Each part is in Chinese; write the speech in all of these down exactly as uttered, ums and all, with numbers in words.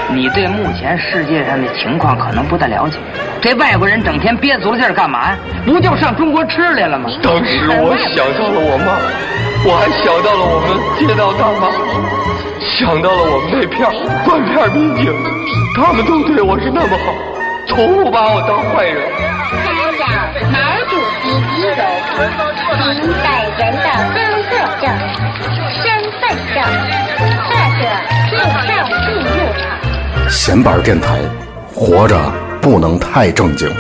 你对目前世界上的情况可能不太了解。这外国人整天憋足了劲儿干嘛呀？不就上中国吃来了吗？ 当时我想到了我妈，我还想到了我们街道大妈，想到了我们那片断片民警，他们都对我是那么好，从不把我当坏人。 查找毛主席遗容，其本人的工作证、身份证，或者护照记录卡。 闲板电台，活着不能太正经。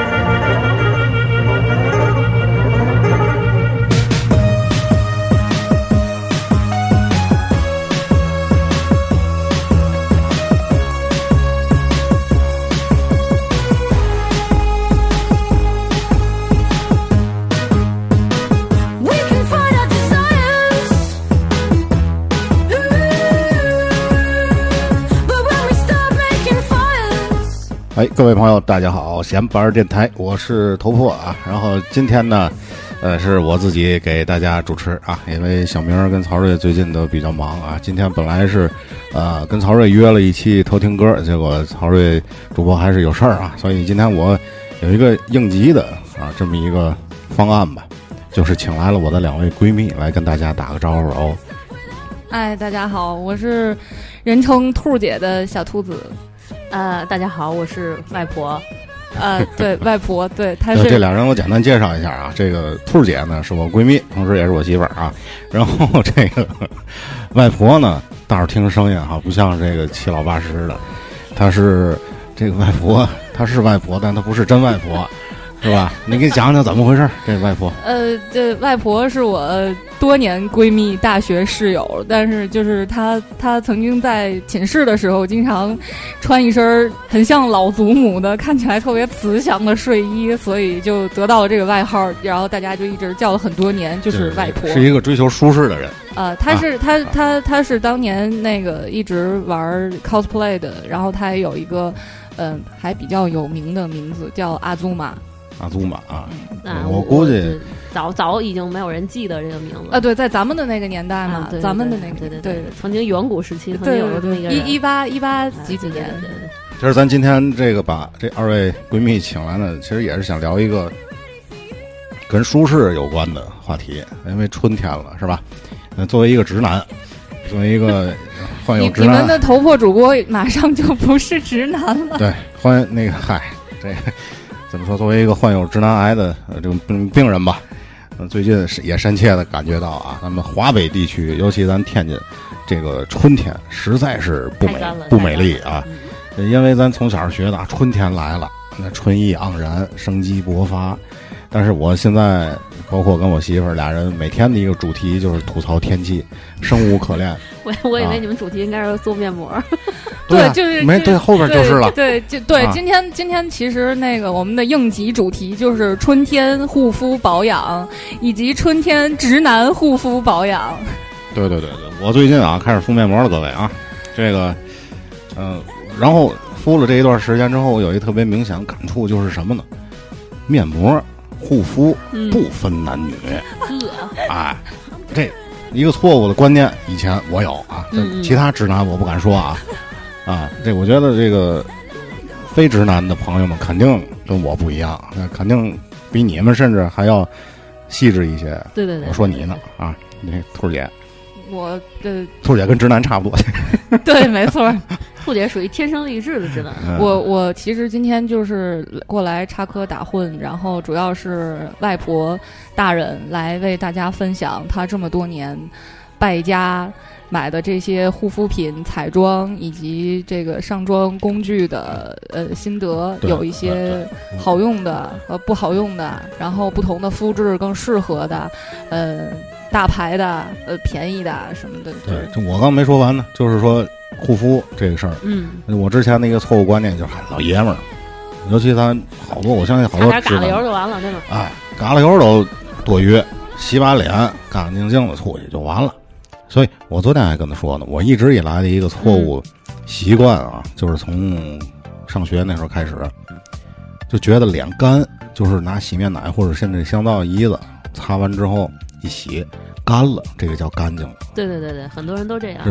哎，各位朋友，大家好！闲板电台，我是头破啊。然后今天呢，呃，是我自己给大家主持啊，因为小明跟曹睿最近都比较忙啊。今天本来是，呃，跟曹睿约了一期偷听歌，结果曹睿主播还是有事儿啊，所以今天我有一个应急的啊这么一个方案吧，就是请来了我的两位闺蜜来跟大家打个招呼哦。 哎，大家好，我是人称兔姐的小兔子。 呃，大家好，我是外婆。 呃，对，外婆，对，她是这俩人我简单介绍一下啊。这个兔姐呢是我闺蜜，同时也是我媳妇儿啊。然后这个外婆呢，倒是听声音哈，不像这个七老八十的，她是这个外婆，她是外婆，但她不是真外婆。是吧？你给讲讲怎么回事？这外婆， 呃，这外婆是我多年闺蜜、大学室友，但是就是她，她曾经在寝室的时候，经常穿一身很像老祖母的，看起来特别慈祥的睡衣，所以就得到了这个外号，然后大家就一直叫了很多年，就是外婆。 是一个追求舒适的人。 呃，她是她她她是当年那个一直玩 cosplay 的，然后她也有一个嗯、呃、还比较有名的名字叫阿祖玛。 阿祖玛啊， 嗯、 我估计早早已经没有人记得这个名字啊。对，在咱们的那个年代嘛， 啊、对对对咱们的那个对对对, 对, 对，曾经远古时期曾经有这么一个人， 一一八一八几几年。 对对对。 其实咱今天这个把这二位闺蜜请来呢，其实也是想聊一个跟舒适有关的话题，因为春天了，是吧？那作为一个直男，作为一个患有直男， 你们的头破主播马上就不是直男了。 对，患那个嗨，这个。怎么说？作为一个患有直男癌的呃这个病人吧，呃，最近是也深切的感觉到啊，咱们华北地区，尤其咱天津，这个春天实在是不美不美丽啊。嗯、因为咱从小学的春天来了，那春意盎然，生机勃发。但是我现在包括跟我媳妇儿俩人每天的一个主题就是吐槽天气，生无可恋。 我我以为你们主题应该是做面膜。 对、啊， 就是没对，后边就是了。 对，就对、啊。今天今天其实那个我们的应急主题就是春天护肤保养，以及春天直男护肤保养。 对对对对，我最近啊开始敷面膜了，各位啊，这个嗯、呃，然后敷了这一段时间之后，我有一特别明显的感触，就是什么呢？面膜护肤不分男女。 嗯、 哎，这一个错误的观念，以前我有啊， 嗯、 其他直男我不敢说啊。啊，这我觉得这个非直男的朋友们肯定跟我不一样，那肯定比你们甚至还要细致一些。 对对对， 我说你呢啊，你兔姐， 我的兔姐跟直男差不多。 对，没错， 兔姐属于天生丽质的直男。 嗯、 我我其实今天就是过来插科打诨，然后主要是外婆大人来为大家分享她这么多年败家买的这些护肤品、彩妆以及这个上妆工具的呃心得，有一些好用的和不好用的，然后不同的肤质更适合的，呃，大牌的、呃便宜的什么的。 对，就我刚没说完呢，就是说护肤这个事儿， 嗯， 我之前那个错误观念就是老爷们儿，尤其咱好多，我相信好多打点嘎啦油就完了，对吧？ 哎，嘎啦油都多余，洗把脸干干净净的出去就完了。所以我昨天还跟他说呢，我一直以来的一个错误习惯啊，嗯、就是从上学那时候开始，就觉得脸干，就是拿洗面奶或者甚至香皂仪子擦完之后一洗干了，这个叫干净了。 对对对对，很多人都这样， 是吧？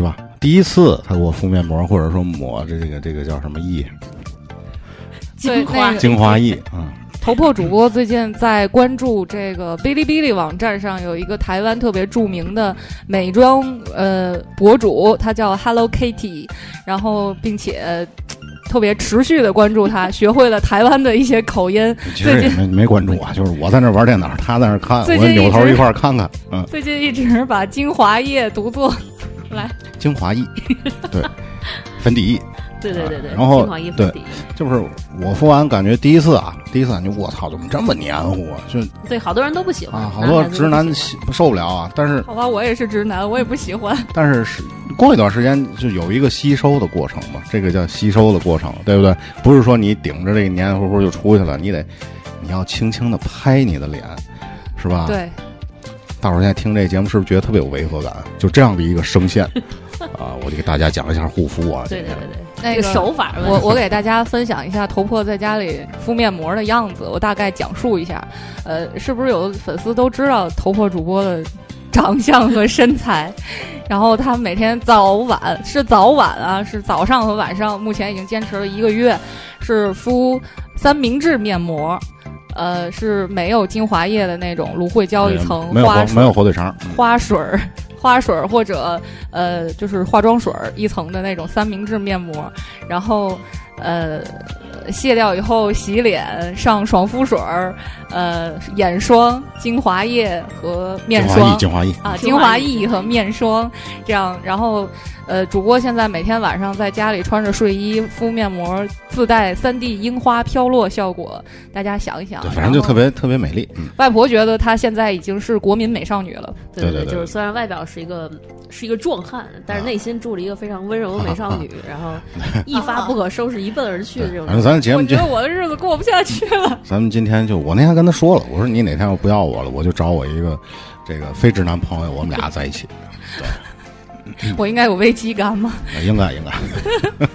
第一次他给我敷面膜，或者说抹这个这个叫什么液， 精华、 那个、 精华液，嗯。 头破主播最近在关注这个哔哩哔哩网站上有一个台湾特别著名的美妆呃博主，他叫 Hello Kitty， 然后并且特别持续的关注他，学会了台湾的一些口音。 其实也没没关注啊，就是我在那玩电脑，他在那看，我扭头一块看看。嗯， 最近一直把精华液读作来精华液，对，粉底液。 对对对对， 然后对， 就是我敷完感觉第一次啊，第一次感觉我操，怎么这么黏糊啊？就对，好多人都不喜欢啊，好多直男受不了啊。但是好吧，我也是直男，我也不喜欢。 但是是过一段时间就有一个吸收的过程嘛，这个叫吸收的过程，对不对？不是说你顶着这个黏糊糊就出去了，你得你要轻轻的拍你的脸，是吧？ 对。 大伙儿现在听这节目是不是觉得特别有违和感？就这样的一个声线啊，我就给大家讲一下护肤啊。 对对对对。 那个手法， 我我给大家分享一下头破在家里敷面膜的样子，我大概讲述一下。呃，是不是有粉丝都知道头破主播的长相和身材？然后他每天早晚是早晚啊，是早上和晚上，目前已经坚持了一个月，是敷三明治面膜。呃，是没有精华液的那种，芦荟胶一层， 没有花水没有火腿肠， 花水儿。花水或者呃就是化妆水一层的那种三明治面膜，然后呃卸掉以后洗脸上爽肤水儿，呃眼霜、精华液和面霜， 精华液啊精华液和面霜这样，然后呃主播现在每天晚上在家里穿着睡衣敷面膜，自带 三 D 樱花飘落效果，大家想一想， 对，反正就特别特别美丽。 嗯、外婆觉得她现在已经是国民美少女了。 对对对，就是虽然外表是一个是一个壮汉，但是内心住了一个非常温柔的美少女，然后一发不可收拾，一奔而去的这种。 反正咱节目， 我觉得我的日子过不下去了。 咱们今天就我那天跟他说了，我说你哪天要不要我了，我就找我一个这个非直男朋友，我们俩在一起。 对，我应该有危机感吗？ 应该应该。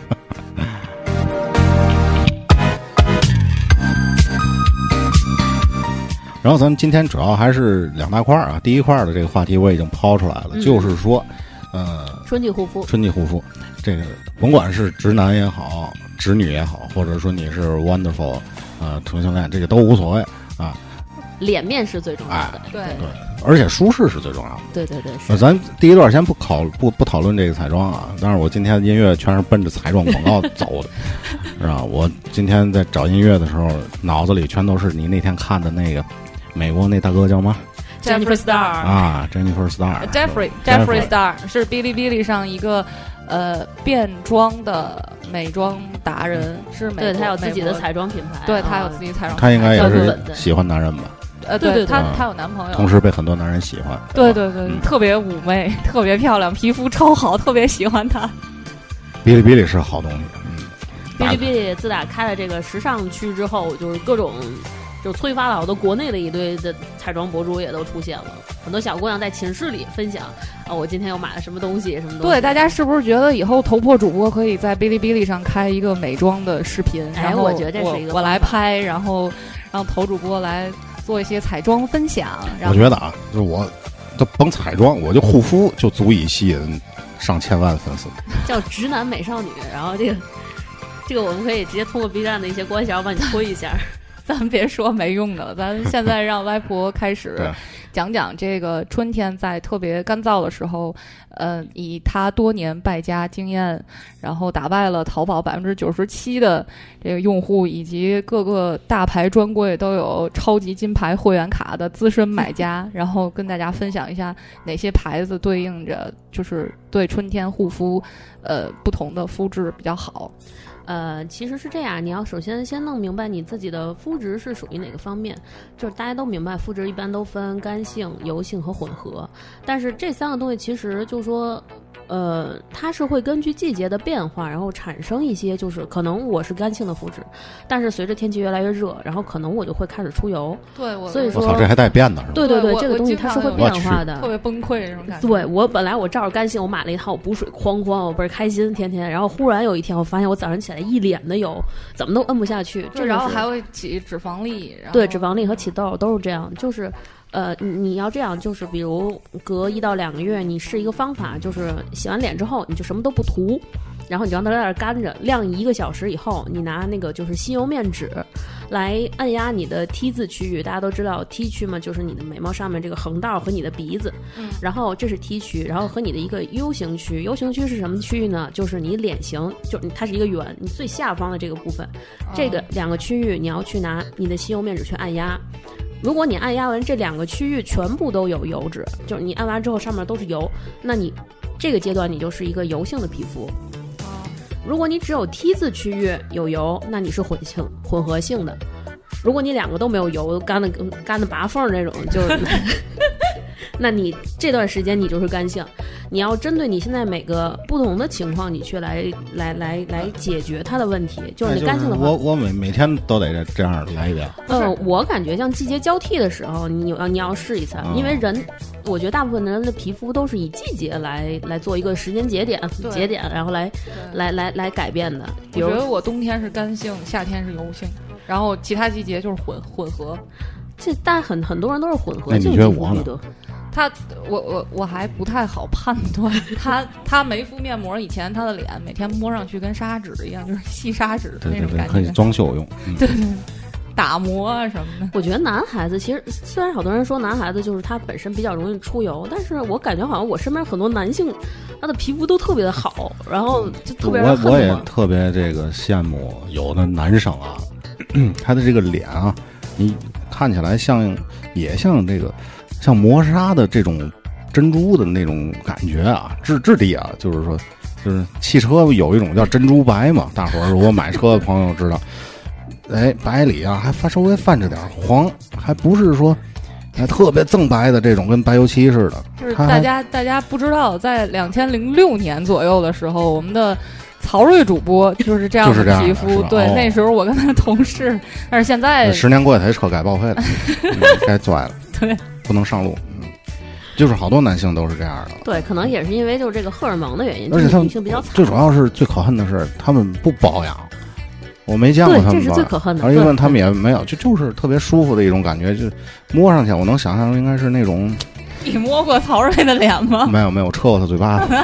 然后咱们今天主要还是两大块啊，第一块的这个话题我已经抛出来了，嗯、就是说，呃， 春季护肤， 春季护肤，这个甭管是直男也好，直女也好，或者说你是 wonderful， 呃，同性恋，这个都无所谓啊。 脸面是最重要的， 对对，而且舒适是最重要的。 对对对， 是。咱第一段先不考不不讨论这个彩妆啊，但是我今天的音乐全是奔着彩妆广告走的，是吧？我今天在找音乐的时候，脑子里全都是你那天看的那个美国那大哥叫吗 ？Jeffree Star 啊 ，Jennifer Star，Jeffree Jeffree Star 是哔哩哔哩上一个呃变装的美妆达人，是美对他有自己的彩妆品牌， 对他有自己彩妆品牌， 他应该也是喜欢男人吧？ 呃，对对，她她有男朋友， 同时被很多男人喜欢。 对对对，嗯、特别妩媚，特别漂亮，皮肤超好，特别喜欢她。 哔哩哔哩是好东西，嗯。 哔哩哔哩自打开了这个时尚区之后，就是各种就催发了好多国内的一堆的彩妆博主也都出现了，很多小姑娘在寝室里分享啊，我今天又买了什么东西，什么东西。 对，大家是不是觉得以后头破主播可以在哔哩哔哩上开一个美妆的视频？ 哎， 然后我觉得这是一个我，我来拍，然后让头主播来做一些彩妆分享。 我觉得啊，就是我，就甭彩妆，我就护肤就足以吸引上千万粉丝。 叫直男美少女，然后这个这个我们可以直接通过 B 站的一些关系，然后帮你推一下。 咱别说没用的了，咱现在让歪婆开始讲讲这个春天在特别干燥的时候，呃，以他多年败家经验，然后打败了淘宝百分之九十七的这个用户，以及各个大牌专柜都有超级金牌会员卡的资深买家，然后跟大家分享一下哪些牌子对应着就是对春天护肤，呃，不同的肤质比较好。 呃，其实是这样，你要首先先弄明白你自己的肤质是属于哪个方面，就是大家都明白肤质一般都分干性、油性和混合，但是这三个东西其实就是说呃，它是会根据季节的变化，然后产生一些，就是可能我是干性的肤质，但是随着天气越来越热，然后可能我就会开始出油。 对，我所以说我操，这还带变的是吧？ 对对对，这个东西它是会变化的， 特别崩溃这种感觉。 对，我本来我照着干性，我买了一套补水哐哐，我倍儿开心，天天，然后忽然有一天我发现我早上起来一脸的油，怎么都摁不下去， 就然后还会起脂肪粒，然后对，脂肪粒和起痘都是这样，就是。 呃，你要这样，就是比如隔一到两个月，你试一个方法，就是洗完脸之后，你就什么都不涂，然后你就让它在那儿干着，晾一个小时以后，你拿那个就是吸油面纸来按压你的 T 字区域。大家都知道 T 区嘛，就是你的眉毛上面这个横道和你的鼻子，嗯，然后这是 T 区，然后和你的一个 U 型区。U 型区是什么区域呢？就是你脸型，就它是一个圆，你最下方的这个部分，哦、这个两个区域你要去拿你的吸油面纸去按压。如果你按压完这两个区域全部都有油脂，就是你按完之后上面都是油，那你这个阶段你就是一个油性的皮肤。如果你只有 T 字区域有油，那你是混性混合性的。如果你两个都没有油，干的干的拔缝那种，就那你这段时间你就是干性。你要针对你现在每个不同的情况，你去来来来来解决它的问题。就是你干性的话， 我我每每天都得这样来一遍。 呃，我感觉像季节交替的时候，你要你要试一次，嗯、因为人，我觉得大部分人的皮肤都是以季节来来做一个时间节点节点，然后来来来来改变的。比如我觉得我冬天是干性，夏天是油性，然后其他季节就是混混合。 这大家很很多人都是混合性皮肤的。 他，我我我还不太好判断他他没敷面膜以前，他的脸每天摸上去跟砂纸一样，就是细砂纸的那种感觉， 可以装修用。嗯、 对对，打磨啊什么的。 我觉得男孩子其实虽然好多人说男孩子就是他本身比较容易出油，但是我感觉好像我身边很多男性，他的皮肤都特别的好，然后就特别我我也特别这个羡慕有的男生啊，他的这个脸啊，你看起来像也像这个。像磨砂的这种珍珠的那种感觉啊，质质地啊，就是说，就是汽车有一种叫珍珠白嘛，大伙儿如果买车的朋友知道，哎，白里啊还稍微泛着点黄，还不是说哎特别锃白的这种，跟白油漆似的。 就是大家大家不知道，在两千零六年左右的时候，我们的曹睿主播就是这样的皮肤， 就是、 对、 哦， 那时候我跟他同事，但是现在十年过一台车该报废了，嗯、该拽了， 对。 不能上路，嗯，就是好多男性都是这样的。 对，可能也是因为就是这个荷尔蒙的原因， 而且他们女性比较惨。 最主要是最可恨的是，他们不保养，我没见过他们。 对，这是最可恨的。 而因为他们也没有，就就是特别舒服的一种感觉，就摸上去，我能想象应该是那种。 你摸过曹睿的脸吗？ 没有没有，撤过他嘴巴子。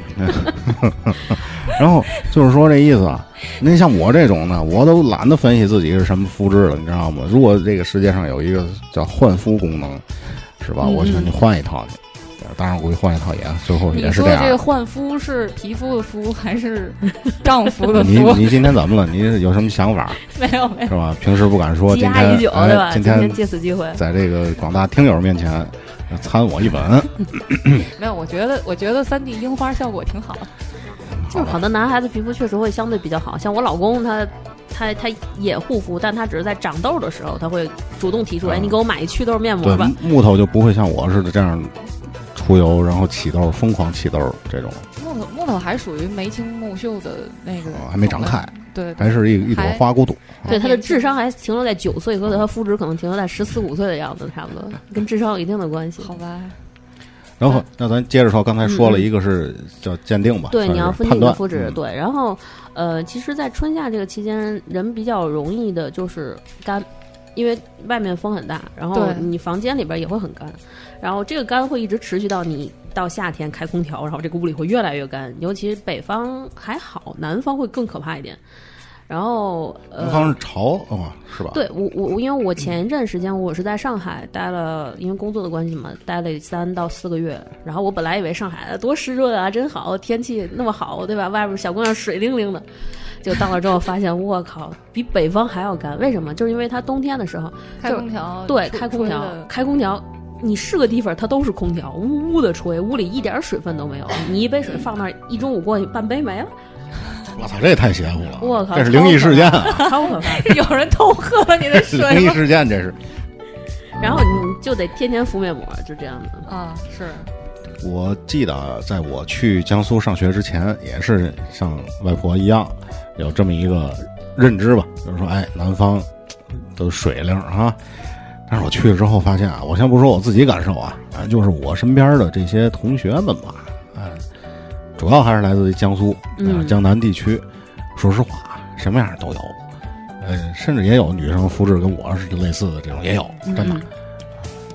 然后就是说这意思啊，那像我这种呢，我都懒得分析自己是什么肤质了，你知道吗？如果这个世界上有一个叫换肤功能，是吧？嗯、我劝你换一套去。当然，我估计换一套也最后也是这样。 你说这个换肤是皮肤的肤还是丈夫的肤？ 你你今天怎么了？你有什么想法？ 没有没有， 是吧？平时不敢说，今天积压已久，对吧？ 今天借此机会， 在这个广大听友面前参我一本。 没有，我觉得我觉得三 D 樱花效果挺好的。 就是好的男孩子皮肤确实会相对比较好，像我老公他他他也护肤，但他只是在长痘的时候他会主动提出，嗯、哎，你给我买一祛痘面膜吧。 对，木头就不会像我似的这样出油，然后起痘，疯狂起痘这种。 木头木头还属于眉清目秀的那个， 哦、还没长开， 对， 还是一一朵花骨朵。 对，他的智商还停留在九岁，和他肤质可能停留在十四五岁的样子，差不多，跟智商有一定的关系。 好吧。 然后，那咱接着说，刚才说了一个是叫鉴定吧， 嗯、对，你要分清你的肤质， 嗯、 对。然后，呃，其实，在春夏这个期间，人比较容易的就是干，因为外面风很大，然后你房间里边也会很干，然后这个干会一直持续到你到夏天开空调，然后这个屋里会越来越干，尤其是北方还好，南方会更可怕一点。然后，呃， 南方是潮哦，是吧？ 对，我我因为我前一阵时间我是在上海待了，因为工作的关系嘛，待了三到四个月。然后我本来以为上海多湿热啊，真好，天气那么好，对吧？外边小姑娘水灵灵的，就到了之后发现，我靠，比北方还要干。为什么？就是因为它冬天的时候开空调， 对，开空调，开空调。你是个地方，它都是空调，呜呜的吹，屋里一点水分都没有。你一杯水放那儿，一中午过去，半杯没了。 我操，这也太邪乎了！ 我靠， 这是灵异事件啊！ 超可怕！ 有人偷喝了你的水吗？ 灵异事件，这是。 然后你就得天天敷面膜，就这样的啊。是。 我记得在我去江苏上学之前，也是像外婆一样，有这么一个认知吧，就是说，哎，南方都水灵啊。但是我去了之后发现啊，我先不说我自己感受啊，啊，就是我身边的这些同学们吧，哎。主要还是来自于江苏、呃、江南地区、嗯，说实话，什么样都有，呃，甚至也有女生肤质跟我是类似的这种，也有，真的。嗯、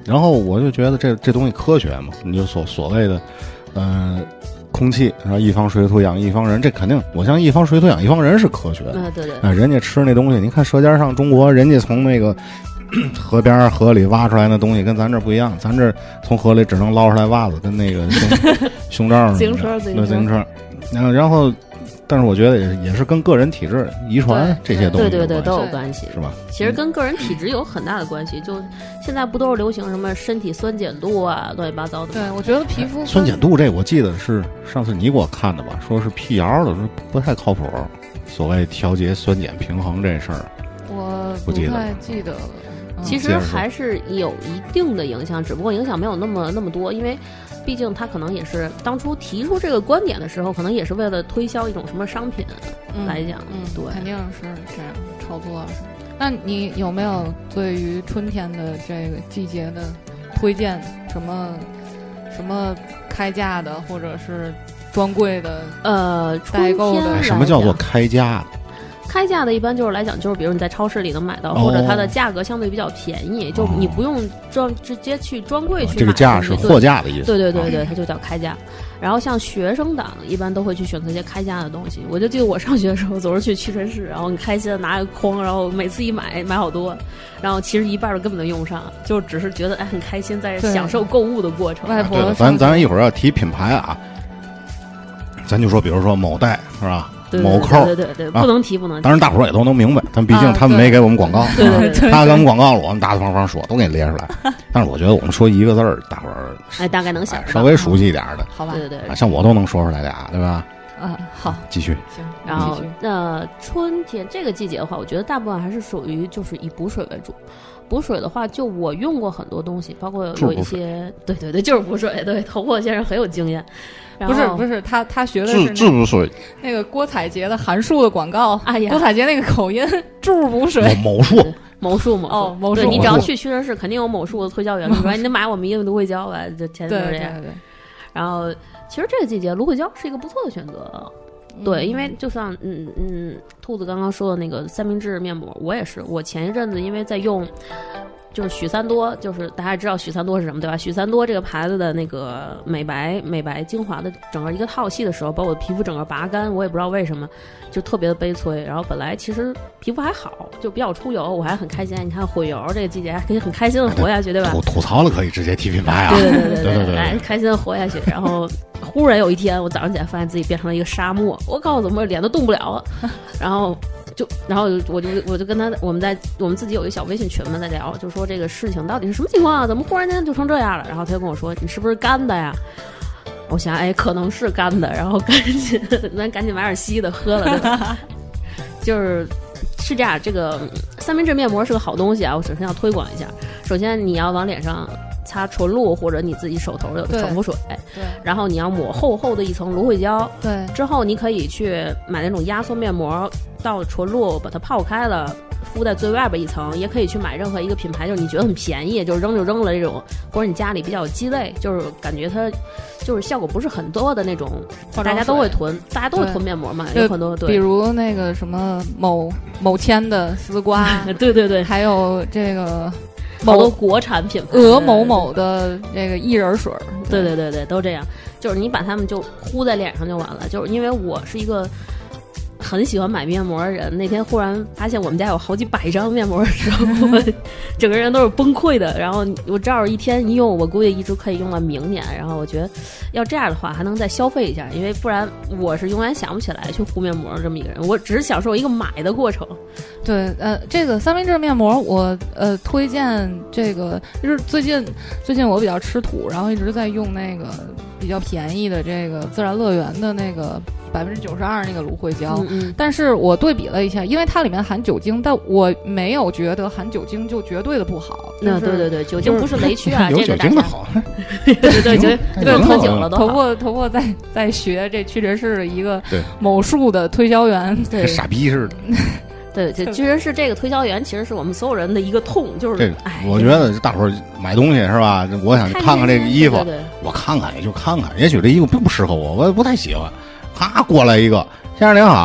然后我就觉得这这东西科学嘛，你就所所谓的，嗯、呃，空气，然后一方水土养一方人，这肯定，我相信一方水土养一方人是科学的。 嗯，对对。 啊、呃，人家吃那东西，你看《舌尖上中国》，人家从那个河边河里挖出来那东西跟咱这不一样，咱这从河里只能捞出来袜子跟那个胸胸罩自行车，自行车，然后然后。但是我觉得也也是跟个人体质、遗传这些东西对对对都有关系， 是吧？ 其实跟个人体质有很大的关系。就现在不都是流行什么身体酸碱度啊，乱七八糟的。 对，我觉得皮肤酸碱度这我记得是上次你给我看的吧，说是辟谣的，不太靠谱。所谓调节酸碱平衡这事儿， 我不记得太记得了。 嗯、其实还是有一定的影响，只不过影响没有那么那么多，因为。毕竟他可能也是当初提出这个观点的时候，可能也是为了推销一种什么商品来讲， 嗯，嗯对， 肯定是这样炒作。那你有没有对于春天的这个季节的推荐？什么什么开价的，或者是专柜的？ 呃， 代购的？ 什么叫做开价的？ 开价的一般就是来讲，就是比如你在超市里能买到， 哦、 或者它的价格相对比较便宜，就你不用专直接去专柜去买、哦。 这个价是货架的意思。 对对对对，哦、它就叫开价。然后像学生党一般都会去选择一些开价的东西。我就记得我上学的时候总是去屈臣氏，然后很开心的拿个筐，然后每次一买买好多，然后其实一半都根本都用不上，就只是觉得哎很开心，在享受购物的过程。 外婆， 对，咱咱一会儿要提品牌啊，咱就说比如说某代是吧？某扣对对 对, 对，不能提不能提。 当然大伙儿也都能明白，但毕竟他们没给我们广告， 对对对， 他给我们广告了，我们大大方方说，都给你列出来。但是我觉得我们说一个字儿，大伙儿哎大概能想， 稍微熟悉一点的， 好吧？ 对对对， 像我都能说出来俩，对吧？ 啊，好， 继续。 行， 然后那春天这个季节的话，我觉得大部分还是属于就是以补水为主。补水的话，就我用过很多东西，包括有一些，对对对，就是补水。对，头破先生很有经验。 不是不是，他他学的是治补水， 那个郭采洁的函数的广告。 哎呀， 郭采洁那个口音，助补水。 某数， 某数，某数， 哦，某数。 对，你只要去屈臣氏，肯定有某数的推销员，说你得买我们一个芦荟胶吧，就天天就这样。 对对对。 然后，其实这个季节芦荟胶是一个不错的选择。对，因为就像嗯嗯，兔子刚刚说的那个三明治面膜，我也是，我前一阵子因为在用。就是许三多，就是大家知道许三多是什么对吧？许三多这个牌子的那个美白美白精华的整个一个套系的时候，把我的皮肤整个拔干，我也不知道为什么，就特别的悲催。然后本来其实皮肤还好，就比较出油，我还很开心。你看混油这个季节还可以很开心的活下去，对吧？ 吐吐槽了可以直接提品牌啊！ 对对对对对对对， 来开心的活下去。然后忽然有一天，我早上起来发现自己变成了一个沙漠，我靠，怎么脸都动不了了？然后。就然后我就我就跟他我们在我们自己有一个小微信群嘛在聊，就说这个事情到底是什么情况啊？怎么忽然间就成这样了？然后他就跟我说：“你是不是干的呀？”我想，哎，可能是干的，然后赶紧咱赶紧买点稀的喝了。对吧就是是这样，这个三明治面膜是个好东西啊，我首先要推广一下。首先你要往脸上擦纯露或者你自己手头有的爽肤水， 对， 然后你要抹厚厚的一层芦荟胶， 对， 之后你可以去买那种压缩面膜。倒纯露把它泡开了，敷在最外边一层，也可以去买任何一个品牌，就是你觉得很便宜，就是扔就扔了这种，或者你家里比较有鸡肋，就是感觉它就是效果不是很多的那种，大家都会囤，大家都会囤面膜嘛，有很多对， 比如那个什么某某千的丝瓜， 对对对， 还有这个好多国产品牌， 鹅某某的这个薏仁水， 对对对对，都这样，就是你把它们就敷在脸上就完了，就是因为我是一个。很喜欢买面膜的人，那天忽然发现我们家有好几百张面膜的时候，我整个人都是崩溃的。然后我这样一天一用，我估计一直可以用到明年。然后我觉得要这样的话，还能再消费一下，因为不然我是永远想不起来去敷面膜这么一个人。我只是享受一个买的过程。 对，呃，这个三明治面膜我呃推荐这个，就是最近最近我比较吃土，然后一直在用那个比较便宜的这个自然乐园的那个。百分之九十二那个芦荟胶、 嗯嗯， 但是我对比了一下，因为它里面含酒精，但我没有觉得含酒精就绝对的不好。 那、就是、对对对，酒精不是雷区啊， 有这个酒精的好。 对对对，酒对喝酒了都好。 头破头破在在学这屈臣氏的一个某数的推销员， 跟傻逼似的。 对，这屈臣氏这个推销员其实是我们所有人的一个痛，就是这我觉得大伙儿买东西是吧？我想看看这个衣服， 对对对我看看也就看看，也许这衣服并不适合我，我也不太喜欢。啪过来一个，先生您好，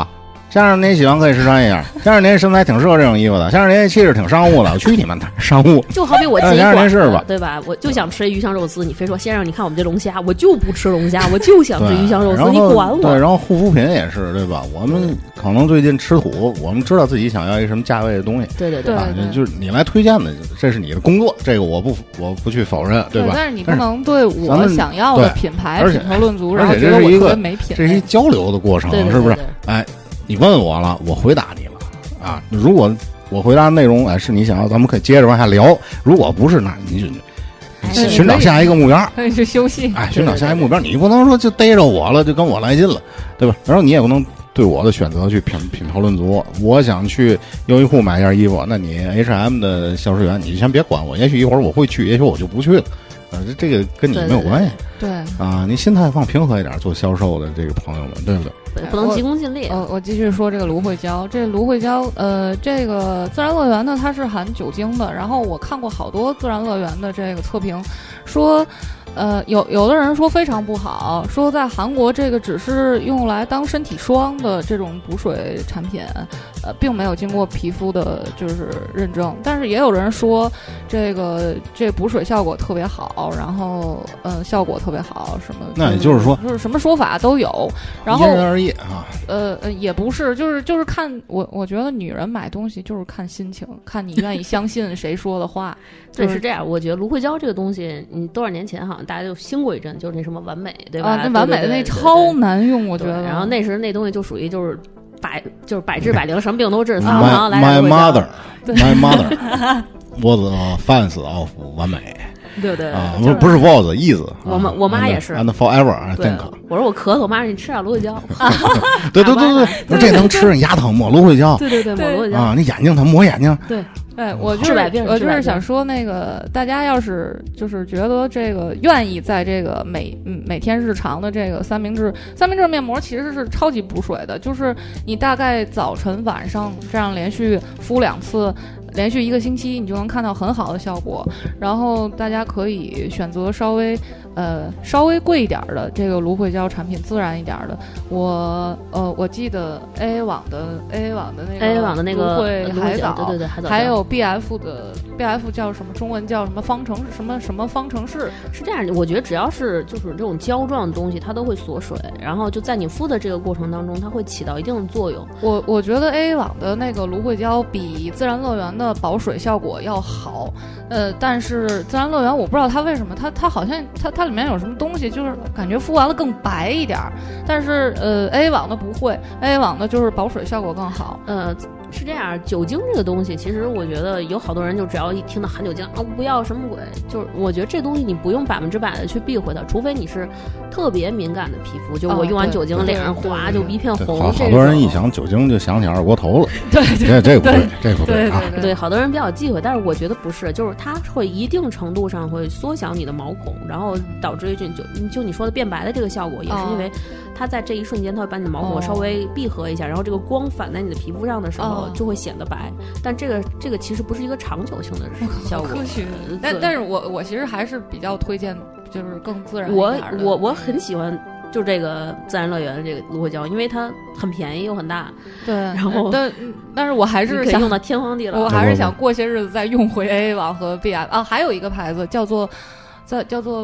先生您喜欢可以试穿一下，先生您身材挺适合这种衣服的，先生您气质挺商务的，我去你们的商务。 就好比我进一馆馆是吧？ 对吧？我就想吃鱼香肉丝，你非说先生你看我们这龙虾，我就不吃龙虾，我就想吃鱼香肉丝，你管我？ 对，然后护肤品也是对吧？我们可能最近吃土，我们知道自己想要一个什么价位的东西。 对对对， 啊，就是你来推荐的，这是你的工作，这个我不我不去否认， 对吧？ 但是你不能对我想要的品牌品头论足，然后觉得我特别没品。 这是一交流的过程， 对对对对是不是？哎，你问我了，我回答你了啊。如果我回答内容哎是你想要，咱们可以接着往下聊；如果不是，那你就寻找下一个目标， 可以去休息。 哎，寻找下一个目标，你不能说就逮着我了，就跟我来劲了，对吧？然后你也不能对我的选择去品品头论足。我想去优衣库买件衣服，那你 H M 的销售员，你就先别管我，也许一会儿我会去，也许我就不去了。啊，这这个跟你没有关系。 对啊，你心态放平和一点，做销售的这个朋友们，对不对？ 对，不能急功近利。 呃，我继续说这个芦荟胶，这芦荟胶，呃，这个自然乐园呢，它是含酒精的。然后我看过好多自然乐园的这个测评，说。呃，有有的人说非常不好，说在韩国这个只是用来当身体霜的这种补水产品，呃，并没有经过皮肤的就是认证。但是也有人说这个这补水效果特别好，然后呃效果特别好什么。 那也就是说， 就是什么说法都有。然后因人而异啊。 呃呃，也不是，就是就是看我我觉得女人买东西就是看心情，看你愿意相信谁说的话。 对，是这样。我觉得芦荟胶这个东西，你多少年前好像大家就兴过一阵，就是那什么完美，对吧？ 啊，那完美的那超难用，我觉得。 然后那时那东西就属于就是百就是百治百灵，什么病都治。三行来点 My mother, my mother was a fan of 完美。 对对啊，不不是 was is。 我妈我妈也是。 And forever, I think。 我说我咳嗽，我妈说你吃点芦荟胶。 对对对对，这能吃，你牙疼抹芦荟胶。 对对对，抹芦荟胶啊，你眼睛疼抹眼睛。 对。 对，我就是我就是想说，那个大家要是就是觉得这个愿意在这个每每天日常的这个三明治三明治面膜其实是超级补水的，就是你大概早晨晚上这样连续敷两次，连续一个星期，你就能看到很好的效果。然后大家可以选择稍微呃稍微贵一点的这个芦荟胶产品，自然一点的。我呃我记得 A A 网的 A A 网的那个 A A 网的那个芦荟海藻， 对对对，海藻还有 B F 的 B F 叫什么？中文叫什么方程什么什么方程式？ 是这样，我觉得只要是就是这种胶状的东西，它都会锁水，然后就在你敷的这个过程当中，它会起到一定的作用。 我我觉得 A A 网的那个芦荟胶比自然乐园的保水效果要好，呃，但是自然乐园我不知道它为什么，它它好像它它里面有什么东西，就是感觉敷完了更白一点，但是呃 A A 网的不会 ，A A 网的就是保水效果更好， 呃。是这样，酒精这个东西，其实我觉得有好多人就只要一听到含酒精啊，不要什么鬼，就是我觉得这东西你不用百分之百的去避讳它，除非你是特别敏感的皮肤，就我用完酒精、哦、脸上哗就一片红。 好, 好多人一想酒精就想起二锅头了， 对对，这个不对，这个不对啊。 对，好多人比较忌讳，但是我觉得不是，就是它会一定程度上会缩小你的毛孔，然后导致就就就你说的变白的这个效果，也是因为它在这一瞬间它会把你的毛孔稍微闭合一下，然后这个光反在你的皮肤上的时候就会显得白，但这个这个其实不是一个长久性的效果。 科学，但但是我我其实还是比较推荐，就是更自然一我点的。 我我很喜欢，就这个自然乐园的这个芦荟胶，因为它很便宜又很大。 对， 然后但但是我还是想用到天荒地老。 我还是想过些日子再用回 A A 网和 B F 啊，还有一个牌子叫做在叫做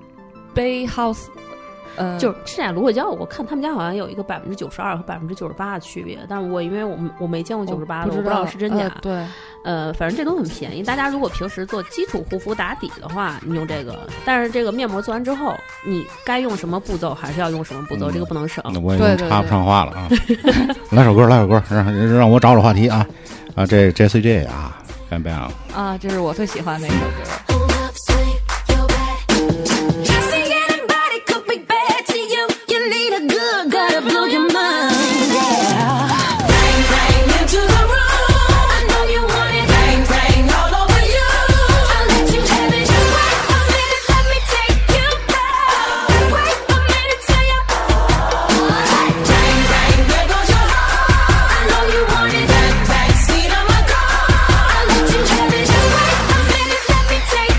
Bay House。呃， 就是这俩芦荟胶，我看他们家好像有一个百分之九十二和百分之九十八的区别，但是我因为我我没见过九十八的，我不知道是真假。 呃、对， 呃，反正这都很便宜。大家如果平时做基础护肤打底的话，你用这个；但是这个面膜做完之后，你该用什么步骤还是要用什么步骤，嗯、这个不能省。 那我已经插不上话了啊！来首歌，来首歌，让让我找找话题啊啊！这 J C J 啊 ，Bang Bang 啊，这是我最喜欢的一首歌。 Take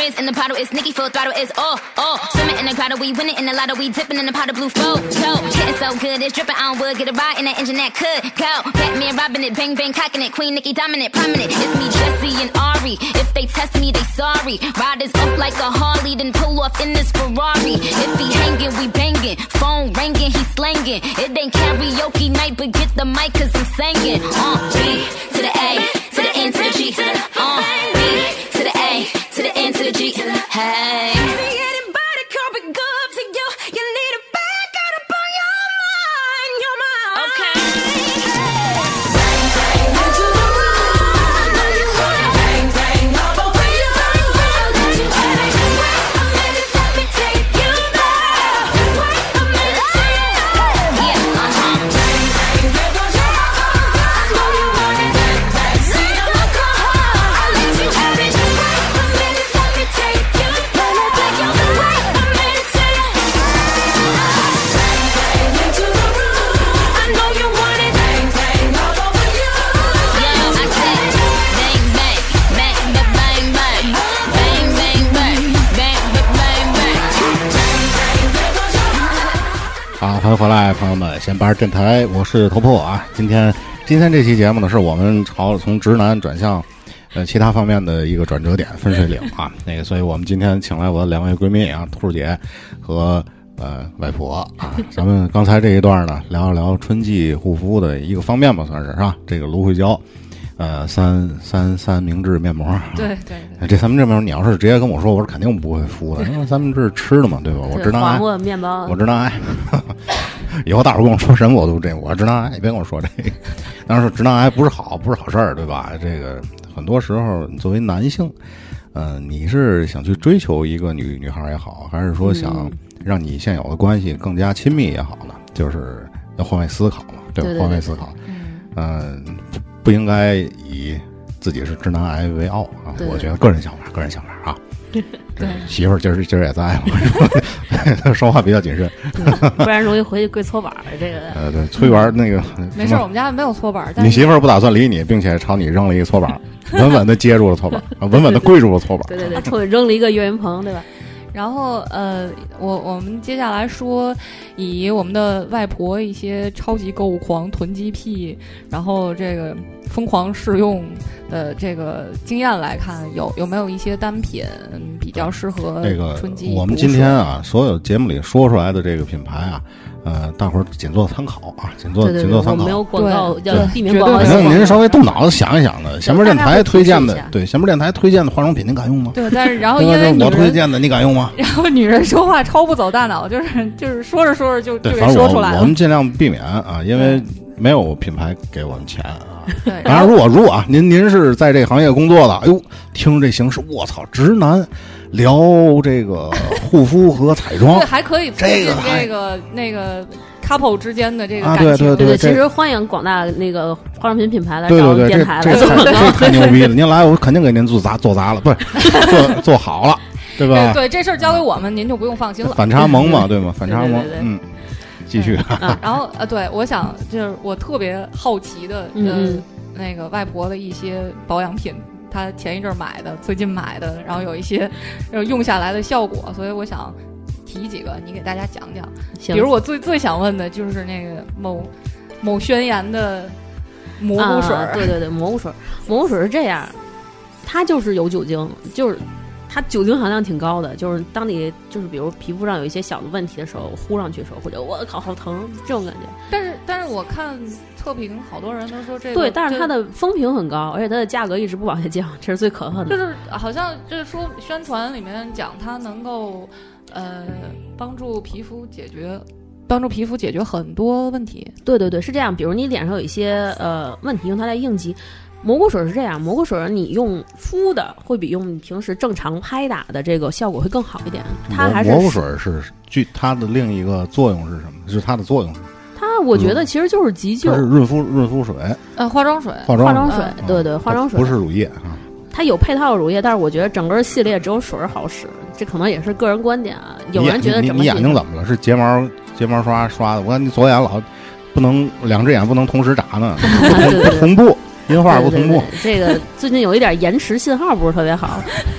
is in the bottle is Nicki full throttle is oh oh. Swimming in the grotto, we winning in the lotto, we dipping in the pot of blue flow. Getting so good, it's dripping on wood. Get a ride in that engine that could go. Batman robbing it, bang bang cocking it. Queen Nicki dominant, prominent. It's me, Jesse and Ari. If they test me, they sorry. Riders up like a Harley, then pull off in this Ferrari. If he hanging, we banging. Phone ringing, he slanging. It ain't karaoke night, but get the mic 'cause I'm singing. Uh, B to the A, to the N to the G. Uh, B to the A, to the N to the G. Hey. See anybody come be good to you? You need a back out up on your mind, your mind. Okay. Bang bang into the room. I know you wanna bang bang all over you. Wait a minute, let me take you there. Wait a minute, yeah, uh huh. Bang bang, there goes your heart. I know you want it. Bang bang, see you look hard. I'll let you have it. Wait a minute, let me take you. Let me take you. Wait a minute, say it. Bang bang into the room. I know you want it. Bang bang all over you. Yeah, I said bang bang, bang bang bang bang, bang bang bang, bang bang bang bang. 好，欢迎回来，朋友们，闲班电台，我是头破啊。今天今天这期节目呢，是我们朝从直男转向呃其他方面的一个转折点，分水岭啊。那个，所以我们今天请来我的两位闺蜜啊，兔姐和呃外婆啊。咱们刚才这一段呢，聊一聊春季护肤的一个方面吧，算是是吧？这个芦荟胶。呃，三三三明治面膜， 对对对， 这三明治面膜，你要是直接跟我说，我是肯定不会敷的，因为三明治吃的嘛，对吧？我直男癌， 黄瓜面包， 我直男癌。以后大伙跟我说什么我都这，我直男癌，你别跟我说这个。当然说直男癌不是好，不是好事儿，对吧？这个很多时候，作为男性，呃，你是想去追求一个女女孩也好，还是说想让你现有的关系更加亲密也好呢？就是要换位思考嘛，对吧？ 对对对换位思考，嗯。呃不应该以自己是直男癌为傲啊！ 对对我觉得个人想法，个人想法啊。 对， 媳妇儿今儿今儿也在，说话比较谨慎， 不然容易回去跪搓板儿。这个呃，对，催完那个没事，我们家没有搓板。 你媳妇儿不打算理你，并且朝你扔了一个搓板，稳稳的接住了搓板，稳稳的跪住了搓板。 对对对，冲你扔了一个岳云鹏，对吧？ 然后呃，我我们接下来说，以我们的外婆一些超级购物狂、囤积癖，然后这个疯狂试用的这个经验来看，有有没有一些单品比较适合这个春季？ 我们今天啊，所有节目里说出来的这个品牌啊。呃，大伙儿仅做参考啊，仅做仅做参考。 没有广告，要避免广告。 反正您稍微动脑子想一想的，前面电台推荐的，对，前面电台推荐的化妆品，您敢用吗？ 对，但是然后因为我推荐的，你敢用吗？ 然后女人说话超不走大脑，就是就是说着说着就就给说出来了。 我们尽量避免啊，因为没有品牌给我们钱啊。 对， 当然，如果如果啊，您您是在这个行业工作的，哎呦，听这形式，我操，直男。聊这个护肤和彩妆， 对，还可以促进这个那个 couple 之间的这个感情。啊、对对对， 其实欢迎广大那个化妆品品牌来找电台来做，这这太牛逼了！您来，我肯定给您做砸做砸了，不是做做好了，对吧？ 对，这事儿交给我们，您就不用放心了。 反差萌嘛，对吗？反差萌，嗯，继续。 嗯、然后呃，对，我想就是我特别好奇的，呃，那个外婆的一些保养品。他前一阵买的，最近买的，然后有一些用下来的效果，所以我想提几个，你给大家讲讲。比如我最最想问的就是那个某某宣言的蘑菇水、 啊，对对对，蘑菇水，蘑菇水是这样，它就是有酒精，就是它酒精含量挺高的，就是当你就是比如皮肤上有一些小的问题的时候，呼上去的时候，或者我靠好疼这种感觉。 但是但是我看。测评好多人都说这个对，但是它的风评很高，而且它的价格一直不往下降，这是最可恨的。 就是好像就是说宣传里面讲它能够呃帮助皮肤解决帮助皮肤解决很多问题。 对对对，是这样。比如你脸上有一些呃问题，用它来应急。蘑菇水是这样，蘑菇水你用敷的会比用你平时正常拍打的这个效果会更好一点。它还是蘑菇水是据它的另一个作用是什么？就是它的作用是。 它我觉得其实就是急救， 它是润肤润肤水， 呃，化妆水， 化妆化妆水，嗯、对对，化妆水不是乳液啊。 它有配套乳液，但是我觉得整个系列只有水好使，这可能也是个人观点啊。有人觉得整个你眼睛怎么了？是睫毛睫毛刷刷的？我看你左眼老不能两只眼不能同时眨呢，不同步，音画不同步。 这个最近有一点延迟信号不是特别好。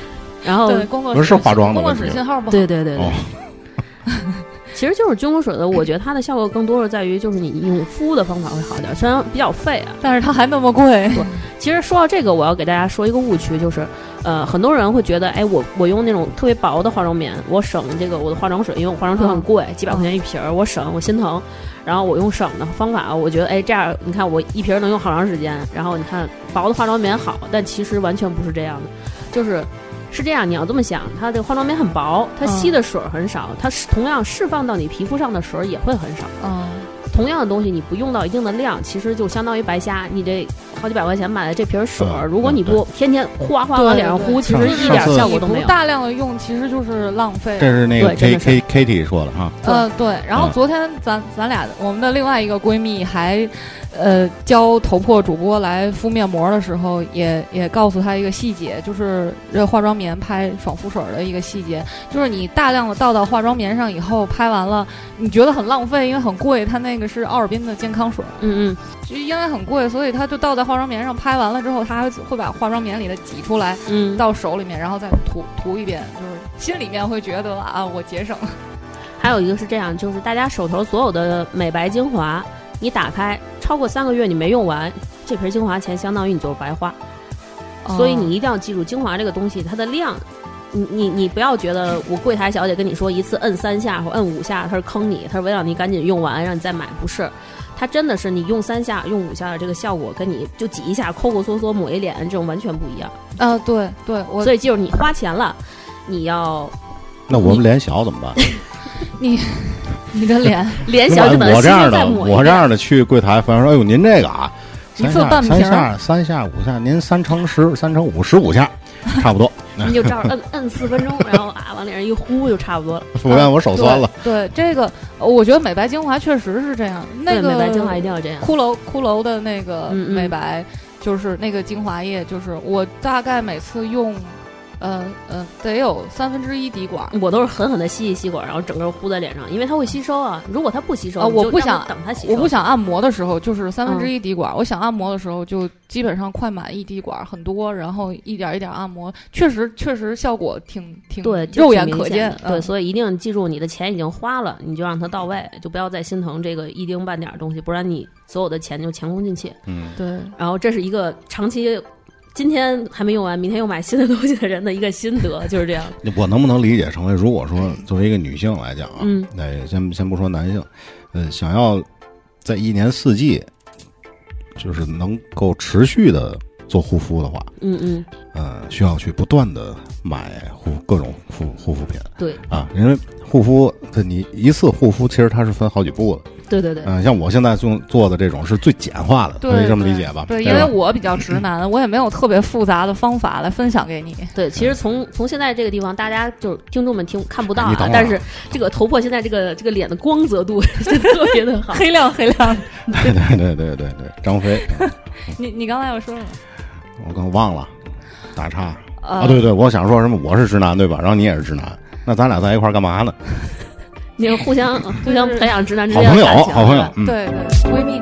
然后对工作不是化妆的工作问题室信号不好。 对对对对。 哦其实就是军火水的，我觉得它的效果更多是在于，就是你用敷的方法会好点，虽然比较费啊， 但是它还那么贵。 其实说到这个，我要给大家说一个误区，就是，呃，很多人会觉得，哎，我我用那种特别薄的化妆棉，我省这个我的化妆水，因为我化妆水很贵，嗯、几百块钱一瓶儿，我省，我心疼。然后我用省的方法，我觉得，哎，这样你看我一瓶能用好长时间。然后你看薄的化妆棉好，但其实完全不是这样的，就是。是这样，你要这么想，它这个化妆棉很薄，它吸的水很少，嗯、它同样释放到你皮肤上的水也会很少。 嗯， 同样的东西你不用到一定的量，其实就相当于白瞎。你这好几百块钱买的这瓶水，嗯、如果你不天天哗哗往脸上呼，其实一点效果都没有。 不大量的用，其实就是浪费。 这是那个 K K Kitty 说的哈。 呃，对。然后昨天咱咱俩我们的另外一个闺蜜还。呃，教头破主播来敷面膜的时候，也也告诉他一个细节，就是这化妆棉拍爽肤水的一个细节，就是你大量的倒到化妆棉上以后，拍完了，你觉得很浪费，因为很贵，它那个是奥尔滨的健康水， 嗯嗯， 就因为很贵，所以他就倒在化妆棉上，拍完了之后，他还会把化妆棉里的挤出来， 嗯， 到手里面，然后再涂涂一遍，就是心里面会觉得啊，我节省了。 还有一个是这样，就是大家手头所有的美白精华。你打开超过三个月你没用完，这瓶精华钱相当于你就是白花，哦、所以你一定要记住精华这个东西它的量，你你你不要觉得我柜台小姐跟你说一次摁三下或摁五下，她是坑你，她是为了你赶紧用完让你再买，不是，它真的是你用三下用五下的这个效果跟你就挤一下抠抠缩缩抹一脸这种完全不一样啊、呃！对对，我所以记住你花钱了，你要那我们脸小怎么办？ 你。你的脸脸小就等我这样的，我这样的去柜台，服务员说：“哎呦，您这个啊，三下三下三下五下，您三乘十，三乘五十五下，差不多。” 你就照着摁摁四分钟，然后啊往脸上一呼就差不多了。 服务员，我手酸了。 对, 对这个，我觉得美白精华确实是这样。那个美白精华一定要这样。 骷髅骷髅的那个嗯嗯美白，就是那个精华液，就是我大概每次用。呃呃，得有三分之一滴管， 我都是狠狠的吸一吸管，然后整个糊在脸上，因为它会吸收啊。如果它不吸收， 啊、呃，我不想等它吸收。 我不想按摩的时候就是三分之一滴管，嗯、我想按摩的时候就基本上快满一滴管，很多，然后一点一点按摩，确实确实效果挺挺对， 肉眼可见。 嗯、对，所以一定记住，你的钱已经花了，你就让它到位，就不要再心疼这个一丁半点东西，不然你所有的钱就前功尽弃。 嗯， 对。 然后这是一个长期。今天还没用完，明天又买新的东西的人的一个心得就是这样。 我能不能理解成为，如果说作为一个女性来讲啊， 嗯， 那先先不说男性，呃，想要在一年四季，就是能够持续的做护肤的话， 嗯嗯， 呃，需要去不断的买护各种护护肤品， 对啊，因为护肤，它你一次护肤其实它是分好几步的。 对对对， 嗯、呃，像我现在做做的这种是最简化的，可以这么理解吧？ 对，因为我比较直男，我也没有特别复杂的方法来分享给你。 对，其实从从现在这个地方，大家就是听众们听看不到啊，但是这个头破现在这个这个脸的光泽度是特别的好， 黑亮黑亮。 对对对对对对，张飞。 你你刚才要说什么？ 我刚忘了，打岔、 呃、 啊！对对，我想说什么？我是直男对吧？然后你也是直男，那咱俩在一块儿干嘛呢？ 你们互相互相培养直男之间的感情， 好朋友，好朋友， 嗯、对对，闺蜜。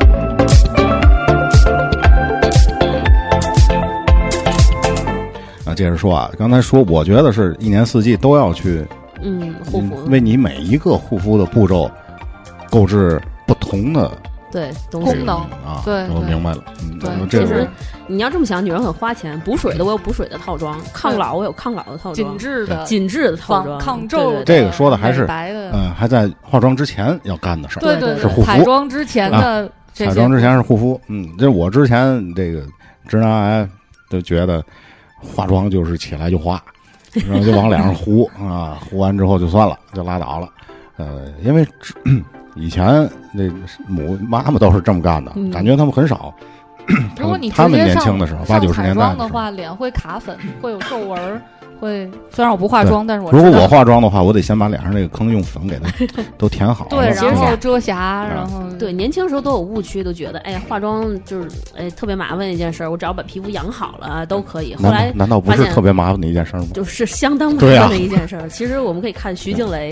啊，接着说啊，刚才说，我觉得是一年四季都要去， 嗯，护肤， 为你每一个护肤的步骤购置不同的。 对， 功能啊， 对， 我明白了。嗯， 对，其实你要这么想，女人很花钱，补水的我有补水的套装，抗老我有抗老的套装， 紧致的紧致的套装， 抗皱的。 这个说的还是白的， 嗯，还在化妆之前要干的事儿， 对对， 是护肤。 彩妆之前的， 彩妆之前是护肤。嗯，这我之前这个直男癌就觉得化妆就是起来就化，然后就往脸上糊啊，糊完之后就算了，就拉倒了。呃，因为。以前那母妈妈都是这么干的， 嗯、 感觉他们很少。 如果你他们年轻的时候，八九十年代的话，脸会卡粉，会有皱纹，会。虽然我不化妆，但是我如果我化妆的话，我得先把脸上这个坑用粉给它都填好。 对，然后遮瑕，然后对，年轻时候都有误区，都觉得哎呀，化妆就是哎特别麻烦的一件事，我只要把皮肤养好了都可以。后来难道不是特别麻烦的一件事吗？ 就是相当麻烦的一件事。其实我们可以看徐静蕾。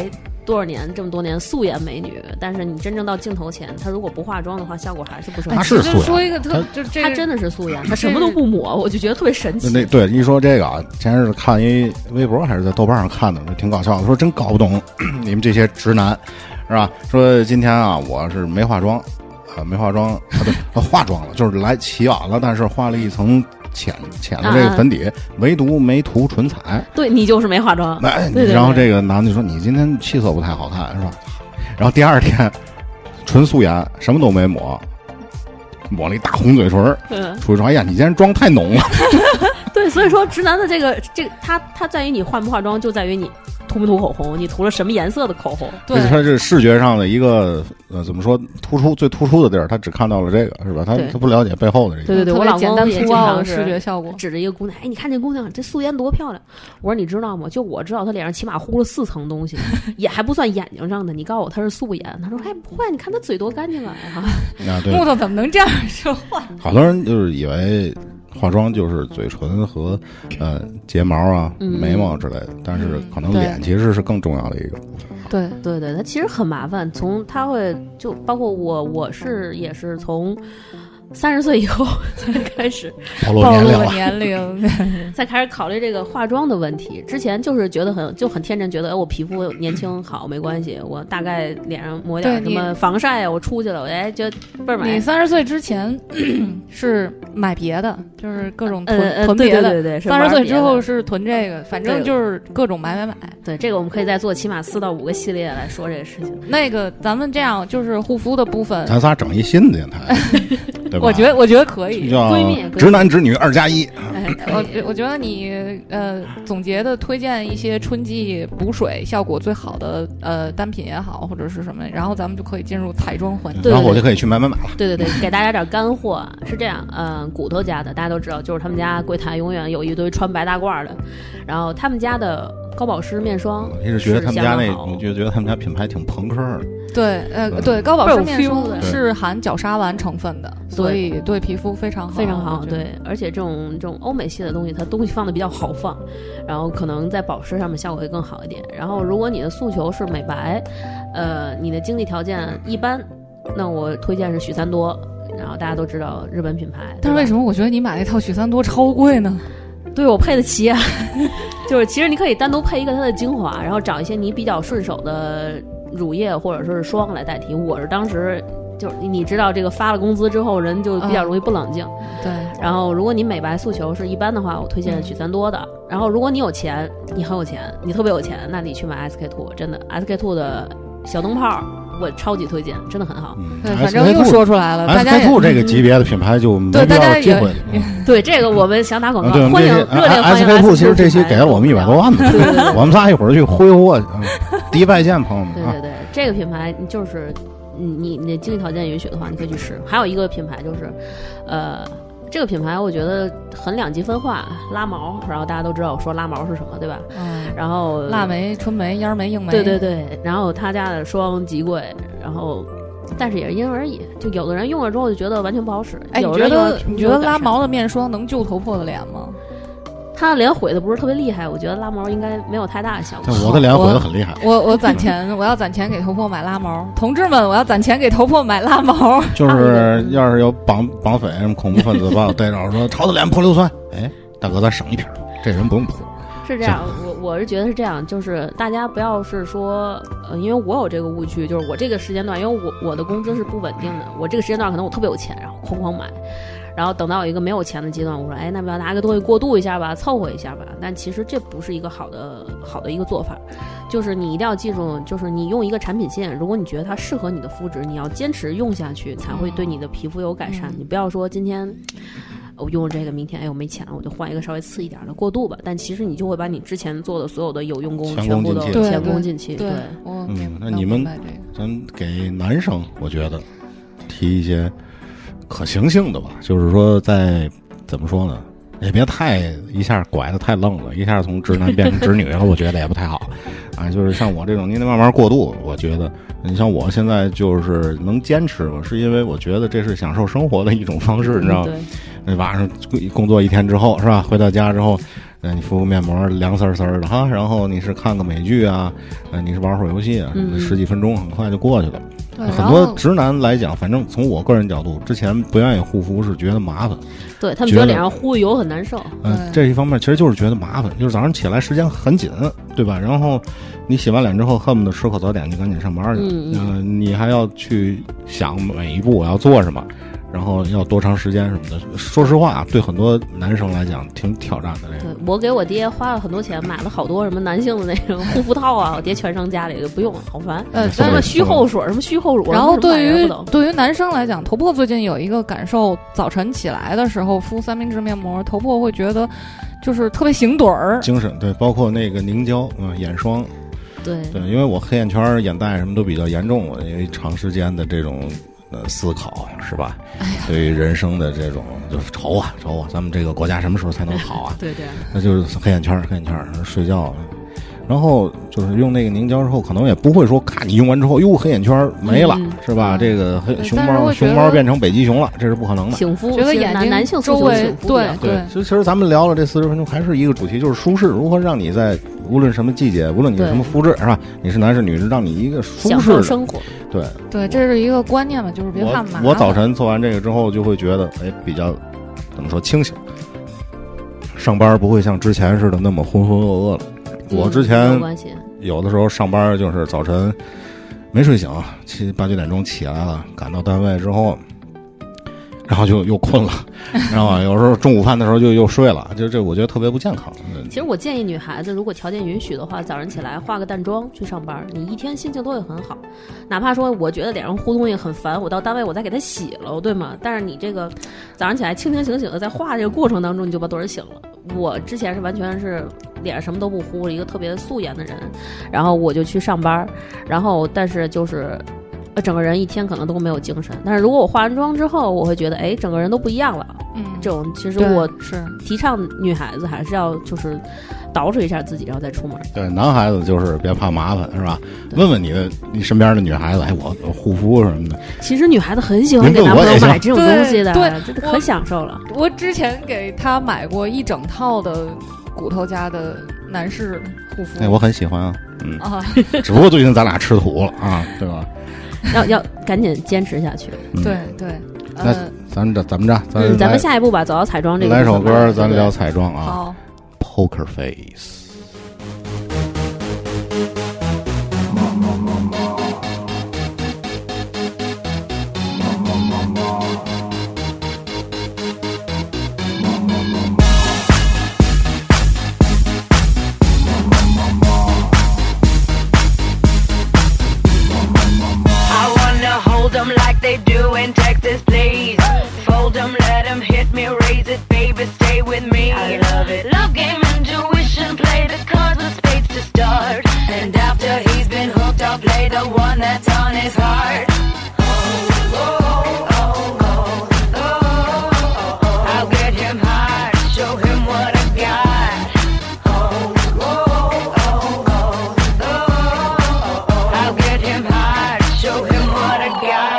多少年这么多年素颜美女，但是你真正到镜头前，她如果不化妆的话，效果还是不是很好。 她是素颜， 说一个特就这她真的是素颜，她什么都不抹，我就觉得特别神奇。 那对一说这个啊，前日子看一微博还是在豆瓣上看的，挺搞笑的，说真搞不懂你们这些直男，是吧？说今天啊，我是没化妆。啊，没化妆，啊对，化妆了，就是来起晚了，但是画了一层浅浅的这个粉底，啊、唯独没涂唇彩。 对你就是没化妆。 哎， 对对对， 然后这个男的说你今天气色不太好看，是吧？然后第二天纯素颜，什么都没抹，抹了一大红嘴唇，出去说哎呀，你今天妆太浓了。 对，所以说直男的这个这个，他他在于你化不化妆，就在于你涂不涂口红，你涂了什么颜色的口红。 对，它是视觉上的一个呃，怎么说突出最突出的地儿，他只看到了这个，是吧？他他不了解背后的这个。 对对对，我老简单粗暴的是视觉效果， 指着一个姑娘，哎，你看这姑娘这素颜多漂亮。我说你知道吗？就我知道她脸上起码糊了四层东西，也还不算眼睛上的。你告诉我她是素颜，她说哎不会，你看她嘴多干净啊。 啊，对。 木头怎么能这样说话？ 好多人就是以为。化妆就是嘴唇和呃睫毛啊、 嗯、 眉毛之类的，但是可能脸其实是更重要的一个。 对对对，它其实很麻烦。从它会就包括我，我是也是从三十岁以后才开始暴露年龄了， 年龄才开始考虑这个化妆的问题。之前就是觉得很就很天真，觉得哎我皮肤年轻好没关系，我大概脸上抹点什么防晒啊，我出去了，我哎就倍儿美。 你三十岁之前是买别的，就是各种囤、 呃、 囤别的， 对对对对。 三十岁之后是囤这个，反正就是各种买买买。 对，这个我们可以再做起码四到五个系列来说这个事情。 那个咱们这样就是护肤的部分， 咱仨整一新的电台。 我觉得，我觉得可以。 闺蜜， 直男直女二加一。 我我觉得你呃总结的推荐一些春季补水效果最好的呃单品也好，或者是什么，然后咱们就可以进入彩妆环节。 然后我就可以去买买买了。 对对对，给大家点干货。是这样，嗯、呃，骨头家的大家都知道，就是他们家柜台永远有一堆穿白大褂的，然后他们家的高保湿面霜， 一直觉得他们家那，我就觉得他们家品牌挺朋克的。 对，呃，对，高保湿面霜是含角鲨烷成分的，所以对皮肤非常好， 非常好。对，而且这种这种欧美系的东西，它东西放的比较好放，然后可能在保湿上面效果会更好一点。然后，如果你的诉求是美白，呃，你的经济条件一般，那我推荐是许三多。然后大家都知道日本品牌， 但是为什么我觉得你买那套许三多超贵呢？ 对，我配得起啊。就是其实你可以单独配一个它的精华，然后找一些你比较顺手的乳液或者说是霜来代替。我是当时就是你知道这个发了工资之后人就比较容易不冷静、 嗯、对。 然后如果你美白诉求是一般的话，我推荐许三多的、嗯、然后如果你有钱，你很有钱，你特别有钱，那你去买 S K two， 真的 S K two 的小灯泡我超级推荐，真的很好。 嗯、对，反正又说出来了，大家也 S K two 这个级别的品牌就没必要机会。 对，这个我们想打广告， 嗯、 欢迎热烈欢迎 S K two 其实这期给了我们一百多万呢， 对对对， 我们仨一会儿去挥霍，迪拜见朋友们。 对对对，这个品牌就是你你的经济条件允许的话，你可以去试。还有一个品牌就是，呃。这个品牌我觉得很两极分化，拉毛，然后大家都知道我说拉毛是什么，对吧？ 嗯。 然后腊梅、春梅、烟梅、硬梅。 对对对。然后他家的霜极贵，然后但是也是因人而异，就有的人用了之后就觉得完全不好使。 哎，你觉得你觉得拉毛的面霜能救头破的脸吗？ 他的脸毁的不是特别厉害，我觉得拉毛应该没有太大的效果。 我的脸毁的很厉害。 我我, 我攒钱，我要攒钱给头破买拉毛。同志们，我要攒钱给头破买拉毛。 就是要是有绑绑匪什么恐怖分子把我逮着说朝他脸泼硫酸，哎，大哥咱省一瓶，这人不用泼。 是这样，我我是觉得是这样，就是大家不要是说，呃，因为我有这个误区，就是我这个时间段，因为我我的工资是不稳定的，我这个时间段可能我特别有钱，然后哐哐买。然后等到有一个没有钱的阶段，我说，哎，那不要拿个东西过渡一下吧，凑合一下吧。但其实这不是一个好的好的一个做法，就是你一定要记住，就是你用一个产品线，如果你觉得它适合你的肤质，你要坚持用下去，才会对你的皮肤有改善。嗯、你不要说今天我用这个，明天哎我没钱了，我就换一个稍微次一点的过渡吧。但其实你就会把你之前做的所有的有用功全部都前功尽弃。 对， 对嗯，那你们咱给男生，我觉得提一些。可行性的吧，就是说在怎么说呢，也别太一下拐的太愣了，一下从直男变成直女了，我觉得也不太好啊。就是像我这种，你得慢慢过渡。我觉得你像我现在就是能坚持吧，是因为我觉得这是享受生活的一种方式，你知道吗？那晚上工作一天之后是吧，回到家之后， 呃，你敷个面膜凉丝丝的哈，然后你是看个美剧啊，呃，你是玩会儿游戏啊， 嗯、 十几分钟很快就过去了。 对， 很多直男来讲，反正从我个人角度，之前不愿意护肤是觉得麻烦， 对他们觉得脸上糊油很难受。 嗯、呃，这一方面其实就是觉得麻烦，就是早上起来时间很紧，对吧？然后你洗完脸之后，恨不得吃口早点就赶紧上班去，嗯嗯、呃，你还要去想每一步我要做什么。然后要多长时间什么的，说实话，对很多男生来讲挺挑战的。这个， 对我给我爹花了很多钱，买了好多什么男性的那种护肤套啊，我爹全扔家里就不用了，好烦。呃，什么虚厚水，什么虚厚乳。 然后对于对于男生来讲，头破最近有一个感受，早晨起来的时候敷三明治面膜，头破会觉得就是特别醒盹儿， 精神。对，包括那个凝胶啊、嗯，眼霜。 对对，因为我黑眼圈、眼袋什么都比较严重，我因为长时间的这种。呃，思考是吧？ 哎、 对于人生的这种就是愁啊愁啊，咱们这个国家什么时候才能好啊？ 对对， 那就是黑眼圈黑眼圈睡觉，然后就是用那个凝胶之后，可能也不会说，咔，你用完之后，哟，黑眼圈没了，嗯、是吧？嗯、这个黑熊猫熊猫变成北极熊了，这是不可能的。 醒肤， 觉得眼睛男性周围对对。其实其实咱们聊了这四十分钟，还是一个主题，就是舒适，如何让你在无论什么季节，无论你是什么肤质，是吧？你是男是女，是让你一个舒适的生活。 对对，这是一个观念嘛，就是别怕麻烦。 我早晨做完这个之后，就会觉得，哎，比较怎么说清醒，上班不会像之前似的那么浑浑噩噩了。 嗯、 我之前有关系。 有的时候上班就是早晨没睡醒，七八九点钟起来了，赶到单位之后，然后就又困了，知道吧？有时候中午饭的时候就又睡了，就这我觉得特别不健康。 其实我建议女孩子，如果条件允许的话，早上起来化个淡妆去上班，你一天心情都会很好。哪怕说我觉得脸上糊东西很烦，我到单位我再给它洗了，对吗？但是你这个早上起来清清醒醒的，在化这个过程当中，你就把盹儿醒了。我之前是完全是脸上什么都不糊，一个特别素颜的人，然后我就去上班，然后但是就是呃整个人一天可能都没有精神。但是如果我化完妆之后，我会觉得哎整个人都不一样了。嗯，这种其实我是提倡女孩子还是要就是捯饬一下自己，然后再出门。 对，男孩子就是别怕麻烦，是吧？问问你的你身边的女孩子，哎，我护肤什么的。 其实女孩子很喜欢给男朋友买这种东西的，对，真的可享受了。 我之前给他买过一整套的骨头家的男士护肤， 哎，我很喜欢啊，嗯啊，只不过最近咱俩吃土了啊，对吧？ 要要赶紧坚持下去。 嗯、对对， 那咱这怎么着？咱、 嗯、咱们下一步吧，走到彩妆这个。 来首歌，咱聊彩妆啊。 好 ，Poker Face。 They do in Texas, please. Fold them, let them hit me, raise it, baby, stay with me. I love it. Love game, intuition, play the cards with spades to start. And after he's been hooked, I'll play the one that's on his heart. Oh, oh, oh, oh, oh, oh, oh. I'll get him high, show him what I got. Oh, oh, oh, oh, oh, oh. I'll get him high, show him what I got.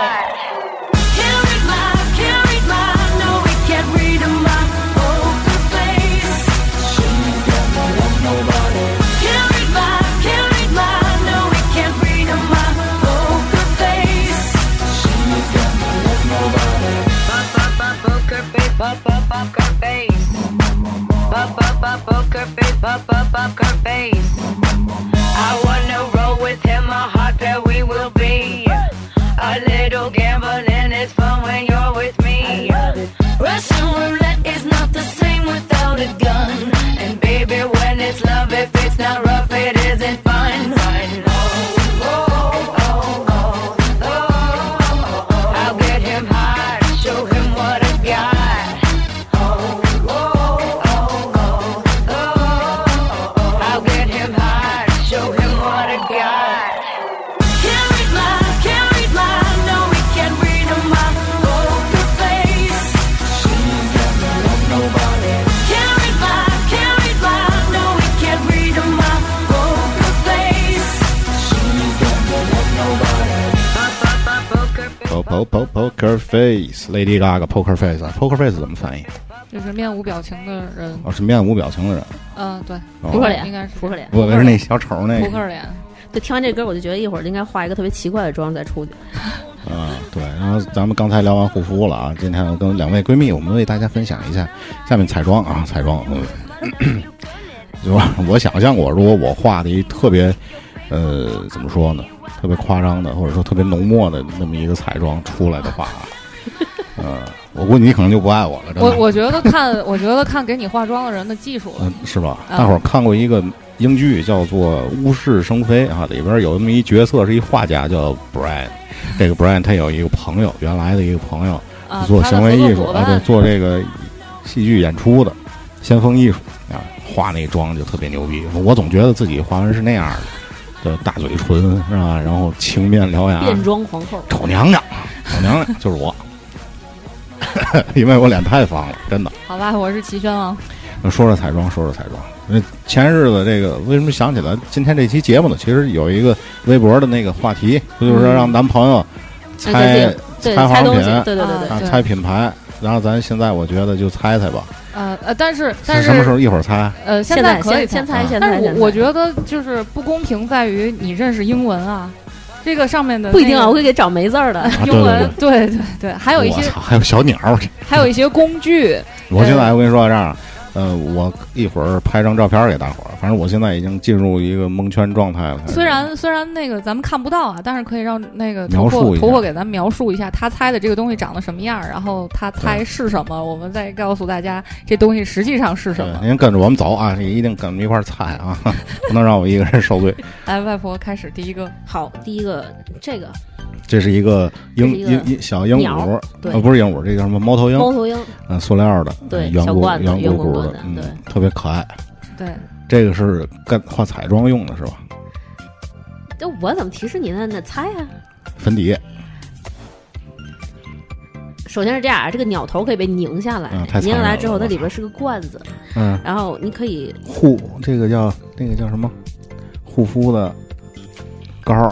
Pop up up her face. Pop up up poker face. Pop up up her face. I wanna roll with him, a hot pair we will be. A little gambling is fun when you're with me. Russian roulette is not the same without a gun. And baby, when it's love, if it's not rough, it isn't fun. Oh, oh, oh, oh, oh, oh. I'll get him high, show him what I got. Poker Face， Lady Gaga Poker Face 啊 ，Poker Face 怎么翻译？ 就是面无表情的人。 哦，是面无表情的人。 嗯，对， 扑克脸应该是扑克脸。 我以为是那小丑那扑克脸。 对，听完这歌我就觉得一会儿应该化一个特别奇怪的妆再出去。 嗯，对。然后咱们刚才聊完护肤了啊，今天我跟两位闺蜜，我们为大家分享一下下面彩妆啊，彩妆。嗯，就我想象过，如果我画的一特别，呃，怎么说呢，特别夸张的，或者说特别浓墨的那么一个彩妆出来的话，呃，我估计你可能就不爱我了。真的我我觉得看，我觉得看给你化妆的人的技术了， 嗯，是吧？ 嗯、 大伙儿看过一个英剧叫做《巫师生非》啊，里边有那么一角色是一画家叫 Brian， 这个 Brian 他有一个朋友，原来的一个朋友， 啊、 做行为艺术啊，对，做这个戏剧演出的先锋艺术啊，画那妆就特别牛逼。我总觉得自己画完是那样的，的大嘴唇是吧？然后青面獠牙， 变装皇后， 丑娘娘，丑娘娘就是我，因为我脸太方了，真的。 好吧，我是齐宣王。 说说彩妆，说说彩妆。前日子这个为什么想起来今天这期节目呢？其实有一个微博的那个话题，不就是让男朋友猜、 嗯、 猜化妆品， 对对对对， 啊，猜品牌。然后咱现在我觉得就猜猜吧。 呃呃，但是但是什么时候一会儿猜？ 呃，现在可以先猜，先猜。 但是我我觉得就是不公平在于你认识英文啊。这个上面的、那个、 不一定啊，我会给找没字儿的、 啊、 英文，对对 对, 对，还有一些还有小鸟， 还有一些工具。 我现在我跟你说这样，呃，我一会儿拍张照片给大伙儿，反正我现在已经进入一个蒙圈状态了。 虽然虽然那个咱们看不到啊，但是可以让那个描述一下， 婆婆给咱描述一下他猜的这个东西长得什么样，然后他猜是什么，我们再告诉大家这东西实际上是什么。 您跟着我们走啊，一定跟我们一块儿猜啊，不能让我一个人受罪。 来，外婆开始第一个。 好，第一个这个。 这是一个鹦鹦小鹦鹉，呃，不是鹦鹉，这叫什么？猫头鹰。 猫头鹰， 嗯，塑料的， 对， 圆鼓圆鼓鼓的，嗯，特别可爱。 对， 这个是干画彩妆用的，是吧？ 这我怎么提示你呢？那猜啊。 粉底。 首先是这样，这个鸟头可以被拧下来， 嗯、 拧下来之后，它里边是个罐子， 嗯， 然后你可以护这个叫那个叫什么？护肤的膏。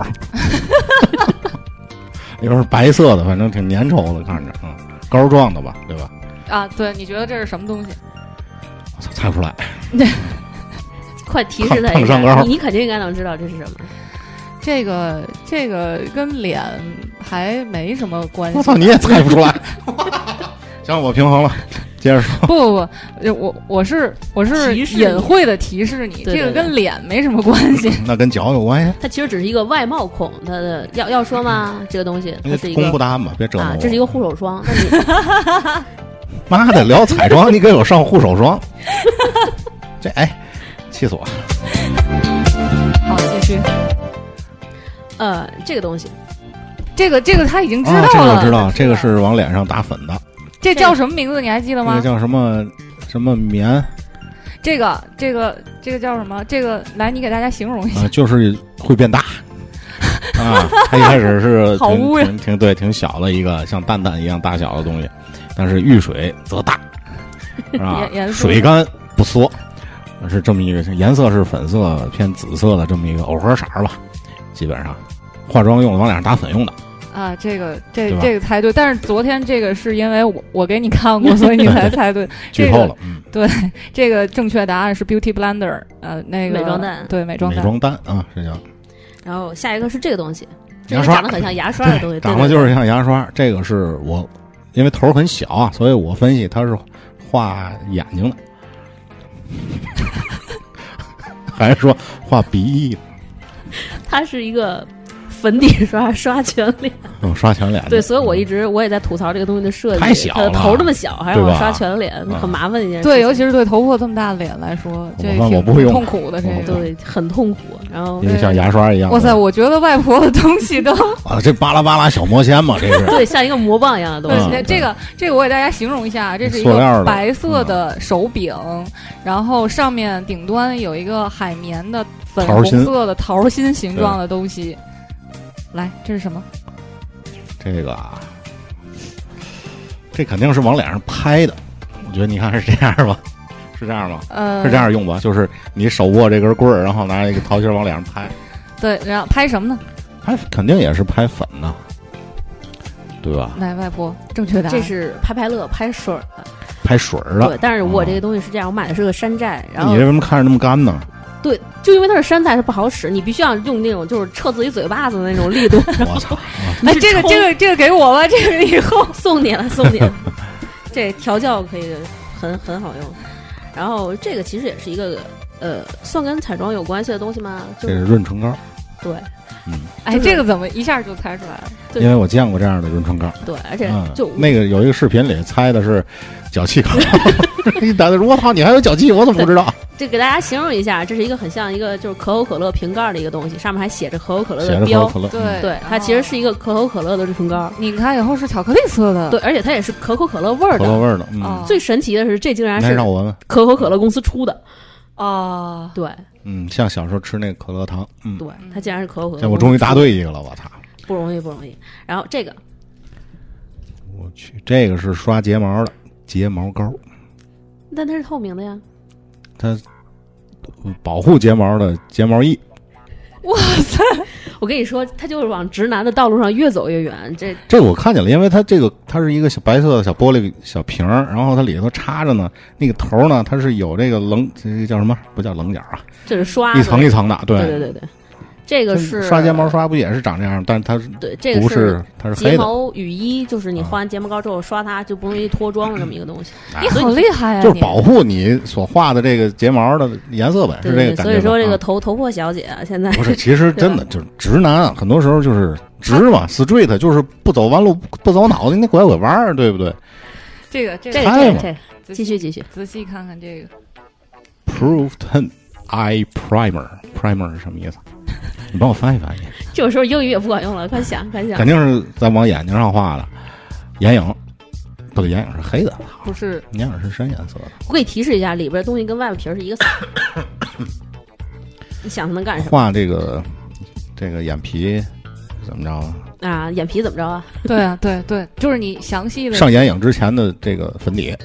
里边是白色的，反正挺粘稠的，看着啊，嗯，膏状的吧，对吧？ 啊，对，你觉得这是什么东西？ 我操，猜不出来。 快提示他一下，你你肯定应该能知道这是什么。 这个这个跟脸还没什么关系。 我操，你也猜不出来。行，我平衡了。接着说。 不不不，我我是我是隐晦的提示你， 对对对， 这个跟脸没什么关系。 那跟脚有关系？ 它其实只是一个外貌孔，它的要要说吗？这个东西它是一个公布答案吧，别折磨我。 啊，这是一个护手霜。那你妈的，聊彩妆，你给我上护手霜，这哎，气死我！ 好，继续。 呃，这个东西， 这个这个他已经知道了， 啊、这个我知道，这个是往脸上打粉的。 这叫什么名字？你还记得吗？ 这个叫什么什么棉？ 这个这个这个叫什么？这个来，你给大家形容一下。 呃、就是会变大啊！它一开始是好污呀， 挺挺对，挺小的一个像蛋蛋一样大小的东西，但是遇水则大啊，水干不缩，是这么一个颜色是粉色偏紫色的这么一个藕荷色吧，基本上化妆用的，往脸上打粉用的。 啊，这个这这个猜对，但是昨天这个是因为我我给你看过，所以你才猜对。 剧透了，嗯， 对，这个正确答案是 Beauty Blender， 呃，那个美妆蛋， 对，美妆蛋， 美妆蛋啊，这叫。 然后下一个是这个东西， 牙刷， 长得很像牙刷的东西， 长得就是像牙刷。这个是我，因为头很小啊，所以我分析它是画眼睛的，还是说画鼻翼的？ 它是一个。粉底刷刷全脸， 嗯，刷全脸。 对，所以我一直我也在吐槽这个东西的设计， 太小了， 它的头这么小，还让我刷全脸，很麻烦的一件事。 对，尤其是对头破这么大的脸来说，这挺痛苦的。这个对，很痛苦。然后像牙刷一样。 哇塞，我觉得外婆的东西都啊，这巴拉巴拉小魔仙嘛，这是对，像一个魔棒一样的东西。这个这个我给大家形容一下，这是一个白色的手柄，然后上面顶端有一个海绵的粉红色的桃心形状的东西。来，这是什么？ 这个啊，这肯定是往脸上拍的。我觉得你看是这样吧，是这样吗？ 呃， 是这样用吧？就是你手握这根棍儿，然后拿一个桃心往脸上拍。 对，然后拍什么呢？ 拍肯定也是拍粉呢，对吧？ 来，外婆，正确答案。 这是拍拍乐拍水的。 排水的。 对，但是我这个东西是这样，我买的是个山寨，然后你为什么看着那么干呢？ 对，就因为它是山寨，它不好使，你必须要用那种就是撤自己嘴巴子的那种力度。 我操！ 哎，这个这个这个给我吧，这个以后送你了，送你了。这调教可以很很好用。然后这个其实也是一个呃，算跟彩妆有关系的东西吗？就这是润唇膏。 对， 嗯， 哎，这个怎么一下就猜出来了？ 因为我见过这样的润唇膏。 对，而且就、 嗯、那个有一个视频里猜的是脚气膏，一打的说我操，你还有脚气，我怎么不知道？ 这给大家形容一下，这是一个很像一个就是可口可乐瓶盖的一个东西，上面还写着可口可乐的标。 对、 嗯、对，它其实是一个可口可乐的润唇膏。 拧开以后是巧克力色的。 对，而且它也是可口可乐味儿的。 可乐味儿的。嗯、 最神奇的是，这竟然是让我闻闻可口可乐公司出的。 哦， 对， 嗯，像小时候吃那个可乐糖。嗯， 对，它竟然是可口可乐。 我终于答对一个了，我操！ 不容易，不容易。然后这个， 我去，这个是刷睫毛的睫毛膏。 但它是透明的呀。 它保护睫毛的睫毛液。 哇塞！我跟你说，它就是往直男的道路上越走越远。这这个我看见了，因为它这个它是一个小白色的小玻璃小瓶儿，然后它里头插着呢，那个头呢，它是有这个棱，这个叫什么？不叫棱角啊， 这是刷一层一层的，对对对对对。这个是刷睫毛刷不也是长这样，但是它对这个不是它是黑的睫毛雨衣，就是你画完睫毛膏之后刷它就不容易脱妆的这么一个东西。 你好厉害啊！ 就是保护你所画的这个睫毛的颜色呗，是这个感觉。 所以说这个头头破小姐啊，现在不是，其实真的就是直男啊，很多时候就是直嘛 ，straight 就是不走弯路不走脑袋，你得拐拐弯儿，对不对？ 这个这个这这这继续继续仔细看看这个 Proof Ten Eye Primer，Primer 是什么意思？你帮我翻译翻译。 这个时候英语也不管用了，快想快想。 肯定是在往眼睛上画的，眼影，不对，眼影是黑的， 不是， 眼影是深颜色的。 我给你提示一下，里边的东西跟外边皮是一个色。你想它能干什么？ 画这个这个眼皮怎么着啊？ 啊，眼皮怎么着啊？ 对啊，对对，就是你详细的上眼影之前的这个粉底。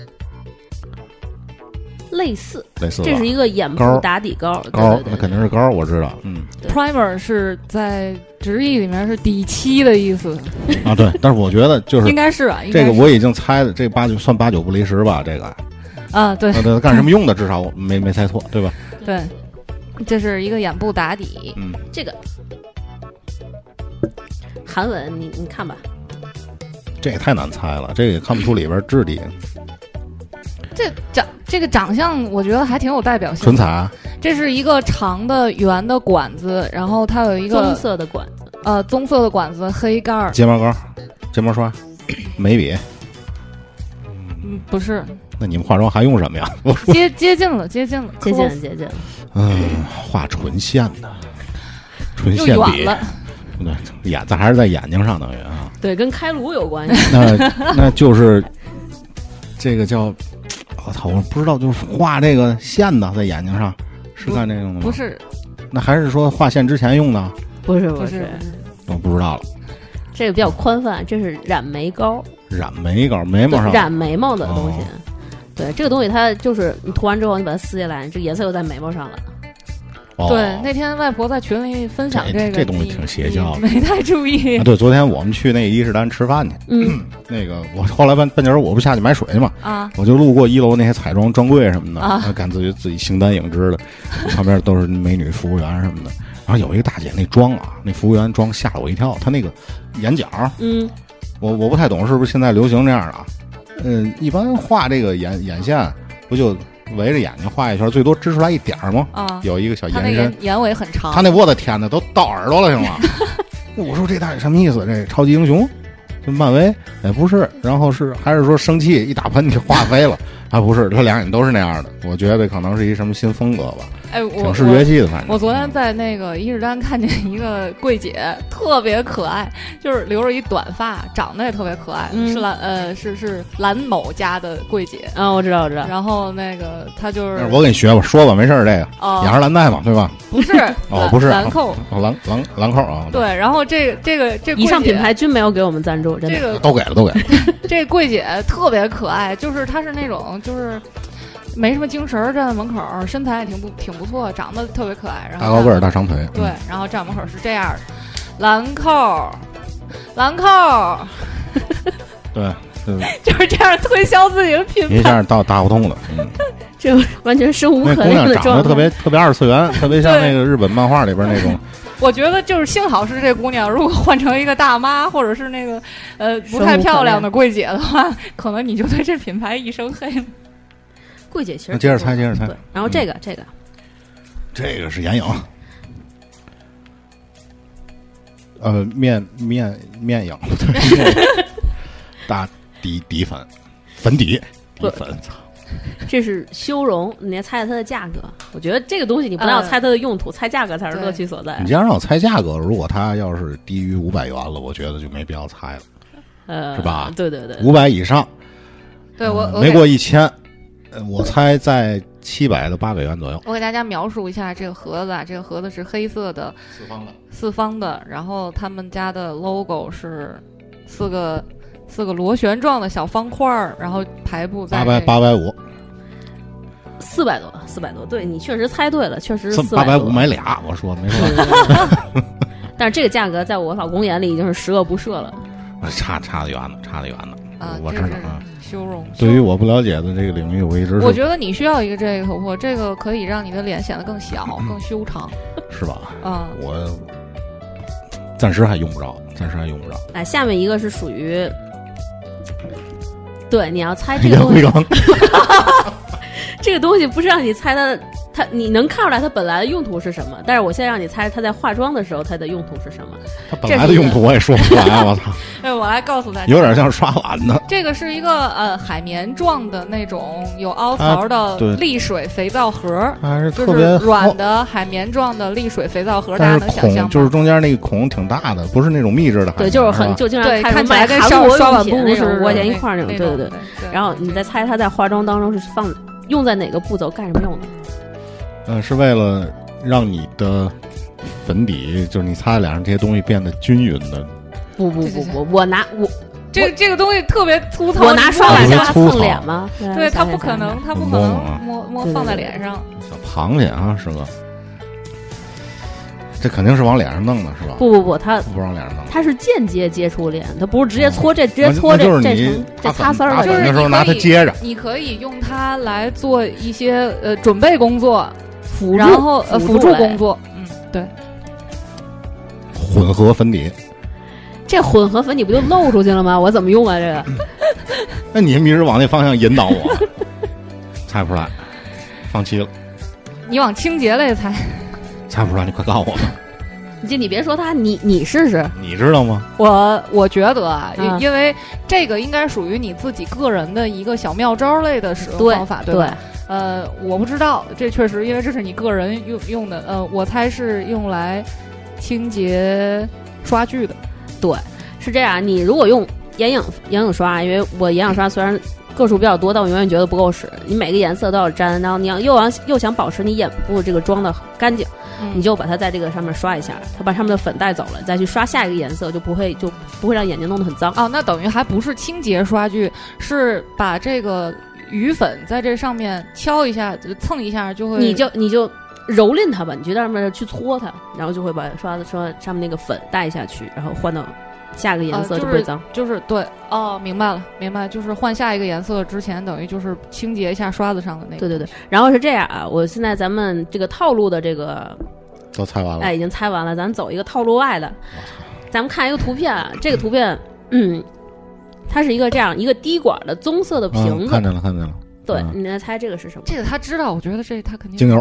类似， 类似， 这是一个眼部打底膏， 膏那肯定是膏，我知道。嗯 ，primer 是在直译里面是底漆的意思啊，对。但是我觉得就是应该是啊， 这个我已经猜的，这个八九算八九不离十吧，这个啊，对， 呃，干什么用的？至少我没没猜错，对吧？ 对，这是一个眼部打底， 嗯， 这个韩文，你你看吧， 这也太难猜了，这个也看不出里边质地。 这长这个长相，我觉得还挺有代表性。 唇彩啊， 这是一个长的圆的管子，然后它有一个棕色的管子， 呃，棕色的管子，黑盖儿。 睫毛膏、睫毛刷、眉笔。 嗯，不是。 那你们化妆还用什么呀？ 接接近了，接近了， 接近了，接近了。 嗯，画唇线的，唇线笔。 了。 对，眼子还是在眼睛上，等于啊。 对，跟开颅有关系。 那那就是这个叫。我操！我不知道，就是画这个线的在眼睛上，是干这个的吗？ 不是， 那还是说画线之前用的？ 不是，不是， 我不知道了。 这个比较宽泛，这是染眉膏。 染眉膏，眉毛上染眉毛的东西。 哦、 对，这个东西它就是你涂完之后，你把它撕下来，这个颜色又在眉毛上了。 哦、 对，那天外婆在群里分享这个， 这东西挺邪教的， 没太注意。 啊、对，昨天我们去那个伊势丹吃饭去， 嗯， 那个我后来半半截我不下去买水嘛， 啊， 我就路过一楼那些彩妆专柜什么的， 啊， 感自己自己形单影只的，旁边都是美女服务员什么的。然后有一个大姐那妆啊，那服务员妆吓了我一跳，她那个眼角， 嗯， 我我不太懂是不是现在流行这样的啊？嗯，一般画这个眼眼线不就围着眼睛画一圈，最多支出来一点吗？ 啊， 有一个小延伸， 他那眼尾很长。 他那我的天哪，都到耳朵了，行吗？我说这大姐什么意思？这超级英雄，就漫威？哎，不是，然后是还是说生气一打喷嚏化飞了？啊，不是，他两眼都是那样的。我觉得可能是一什么新风格吧。 哎，我挺视觉系的，反正我昨天在那个伊势丹看见一个柜姐，特别可爱，就是留着一短发，长得也特别可爱， 嗯、 是蓝呃是是蓝某家的柜姐啊，我知道我知道。 然后那个她就是我给你学吧，说吧，没事儿，这个哦， 雅诗兰黛嘛，对吧？ 不是哦，不是兰蔻， 哦兰兰兰蔻啊。 对，然后这个这个这以上品牌均没有给我们赞助，真的这个都给了都给了。 这柜姐特别可爱，就是她是那种就是没什么精神，站在门口，身材也挺不挺不错，长得特别可爱，然后大高个儿大长腿。 对，嗯、然后站门口是这样的，兰蔻，兰蔻。 对， 就是这样推销自己的品牌， 一下到大胡同了。嗯， 这完全生无可那姑娘长恋的状态， 得特别特别二次元，特别像那个日本漫画里边那种。 我觉得就是幸好是这姑娘，如果换成一个大妈或者是那个呃不太漂亮的柜姐的话，可能你就对这品牌一生黑了。 柜姐其实那接着猜，接着猜。 对，然后这个、 嗯、 这个这个是眼影，呃，面面面影，大底底粉，粉底底粉，操。 这是修容，你来猜猜它的价格。我觉得这个东西你不但要猜它的用途，呃、猜价格才是乐趣所在。 你既然让我猜价格，如果它要是低于五百元了，我觉得就没必要猜了， 呃， 是吧？ 对对对， 五百以上， 对我、 呃、没过一千，我猜在七百到八百元左右。 我给大家描述一下这个盒子啊，这个盒子是黑色的， 四方的， 四方的，然后他们家的 logo 是四个。四个螺旋状的小方块儿，然后排布在八百八百五， 四百多，四百多。对你确实猜对了，确实是八百五买俩，我说没说。 但是这个价格在我老公眼里已经是十恶不赦了， 差差得远了，差得远了。 啊， 我知道啊。 修容。 对于我不了解的这个领域，我一直我觉得你需要一个这个头破，这个可以让你的脸显得更小、更修长， 是吧？ 啊， 我暂时还用不着，暂时还用不着。 哎，下面一个是属于。对，你要猜这个东西，这个东西不是让你猜它，它你能看出来它本来的用途是什么，但是我现在让你猜它在化妆的时候它的用途是什么。 它本来的用途我也说不出来，我操！ 哎，我来告诉大家， 有点像刷碗的。 这个是一个呃海绵状的那种有凹槽的沥水肥皂盒， 还是特别软的海绵状的沥水肥皂盒，大家能想象吗？ 就是中间那个孔挺大的，不是那种密制的海绵。 对，就是很就经常看起来跟韩国刷碗布那种窝连一块那种，对对对。然后你再猜它在化妆当中是放用在哪个步骤，干什么用的？ 嗯，是为了让你的粉底，就是你擦脸上这些东西变得均匀的。 不不不不，我拿我这这个东西特别粗糙， 我拿刷碗让它蹭脸吗？ 对，它不可能，它不可能摸摸放在脸上。 小螃蟹啊，师哥。这肯定是往脸上弄的，是吧？ 不不不，它不往脸上弄， 它是间接接触脸，它不是直接搓这，直接搓这这层这擦丝儿的。 就是那时候拿它接着， 你可以用它来做一些呃准备工作， 辅助然后呃辅助工作。嗯，对。 混合粉底， 这混合粉底不就漏出去了吗？我怎么用啊？这个？ 那你一直往那方向引导我，猜不出来，放弃了。 你往清洁类猜。 猜不出来，你快告诉我吧。 你你别说他，你你试试， 你知道吗？ 我我觉得啊， 嗯、 因为这个应该属于你自己个人的一个小妙招类的使用方法， 对吧？对呃，我不知道，这确实因为这是你个人用用的，呃，我猜是用来清洁刷具的。 对，是这样。你如果用眼影眼影刷，因为我眼影刷虽然个数比较多，但我永远觉得不够使。你每个颜色都要沾，然后你要又要又想保持你眼部这个妆的干净。 嗯、 你就把它在这个上面刷一下，它把上面的粉带走了，再去刷下一个颜色，就不会就不会让眼睛弄得很脏。 哦，那等于还不是清洁刷具，是把这个余粉在这上面敲一下，蹭一下就会。 你就你就蹂躏它吧，你就在上面去搓它，然后就会把刷子刷上面那个粉带下去，然后换到下一个颜色就不会脏。 呃、就是、就是、对哦，明白了，明白，就是换下一个颜色之前，等于就是清洁一下刷子上的那个。 对对对，然后是这样啊，我现在咱们这个套路的这个。 都猜完了， 哎，已经猜完了。咱走一个套路外的，咱们看一个图片啊。这个图片，嗯，它是一个这样一个滴管的棕色的瓶子， 嗯、看见了，看见了。 对， 嗯、 你来猜这个是什么？ 这个他知道，我觉得这他肯定精油，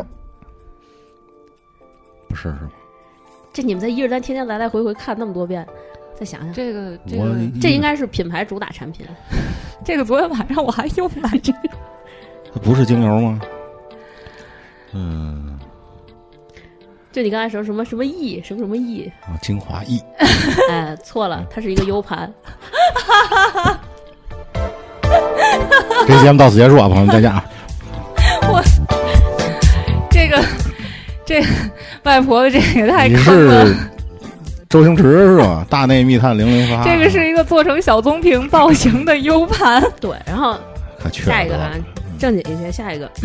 不是是吗？ 这你们在一日单天天来来回回看那么多遍，再想想， 这个这个这应该是品牌主打产品。 这个昨天晚上我还用来着。 它不是精油吗？嗯。 就你刚才说什么什么 E 什么什么 E 啊，精华 E， 哎，错了，它是一个 U 盘。 这节目到此结束啊，朋友们再见啊！ 我这个这个外婆的这个也太你坑了。 是周星驰是吧？大内密探零零发， 这个是一个做成小棕瓶造型的 U 盘。 对，然后下一个啊，正经一些，下一个。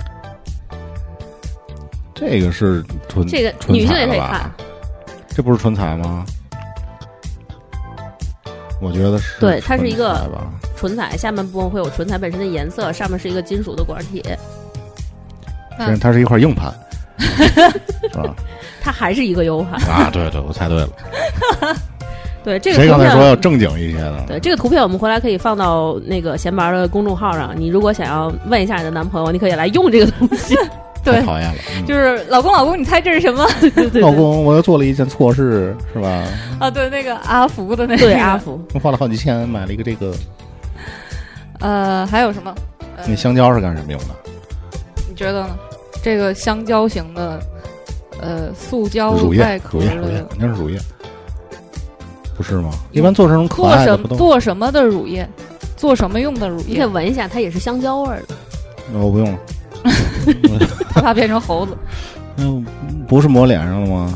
这个是纯这个女性也可以看， 这不是纯彩吗？我觉得是， 对，它是一个唇彩，下半部分会有唇彩本身的颜色，上面是一个金属的管铁。 虽然它是一块硬盘，是吧？ 它还是一个 U 盘啊！对对，我猜对了。 对，这个谁刚才说要正经一些的？ 对，这个图片我们回来可以放到那个闲白的公众号上。你如果想要问一下你的男朋友，你可以来用这个东西。 对， 讨厌了、嗯， 就是老公，老公，你猜这是什么？ 对对对， 老公，我又做了一件错事，是吧？ 啊，对，那个阿福的那个， 对阿福， 我花了好几千买了一个这个。 呃，还有什么？呃、 那香蕉是干什么用的？ 你觉得呢？这个香蕉型的，呃，塑胶乳液， 外壳的， 乳液，乳液，肯定是乳液，不是吗？一般做这种可爱的不都做什么的乳液？做什么用的乳液？ 你可以闻一下，它也是香蕉味儿的。 那我不用了。 他怕变成猴子。 嗯，不是抹脸上了吗？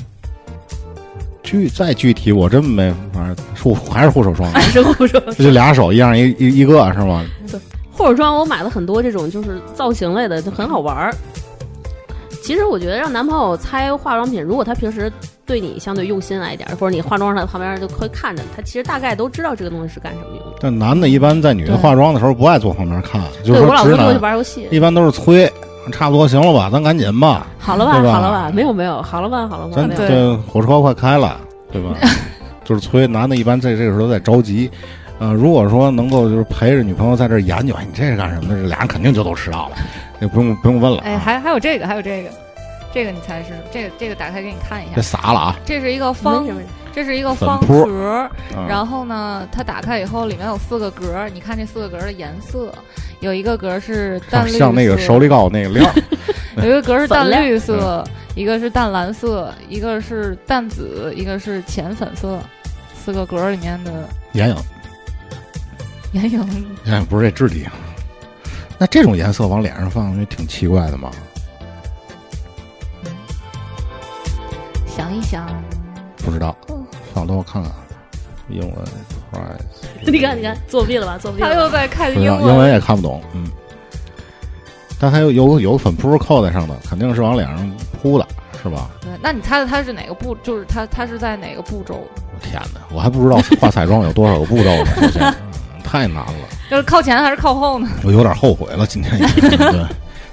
具再具体我真没，反正护还是护手霜， 还是护手霜， 就俩手一样一一一个是吗？ 对，护手霜我买了很多这种就是造型类的，就很好玩儿。其实我觉得让男朋友猜化妆品，如果他平时对你相对用心来一点，或者你化妆上旁边就可以看着他，其实大概都知道这个东西是干什么用的。 但男的一般在女的化妆的时候不爱坐旁边看，就是对我老公就直男去玩游戏， 一般都是催，差不多行了吧，咱赶紧吧， 好了吧， 吧好了吧，没有没有，好了吧，好了吧， 咱对火车快开了，对吧？就是催，男的一般在这个时候在着急。呃，如果说能够就是陪着女朋友在这研究，哎，你这是干什么的？这俩人肯定就都知道了，也不用不用问了、啊。 哎，还还有这个，还有这个，这个你猜是这个这个打开给你看一下。 这洒了啊！ 这是一个方，这是一个方盒，嗯、然后呢，它打开以后里面有四个格，你看这四个格的颜色，有一个格是淡绿色， 像那个手里膏那个料， 有一个格是淡绿色，一个是淡蓝色，一个是淡紫，一个是浅粉色，四个格里面的眼影。 眼影， 哎，不是这质地，那这种颜色往脸上放，也挺奇怪的嘛。 想一想， 不知道，放等我看看。英文 price， 你看，你看，作弊了吧？作弊了吧。 他又在看英文， 英文也看不懂，嗯。但它有有有粉扑扣在上头，肯定是往脸上扑的，是吧？ 对，那你猜猜它是哪个步？就是它它是在哪个步骤？ 我天哪，我还不知道化彩妆有多少个步骤呢，首先。太难了， 就是靠前还是靠后呢？ 我有点后悔了，今天一听对，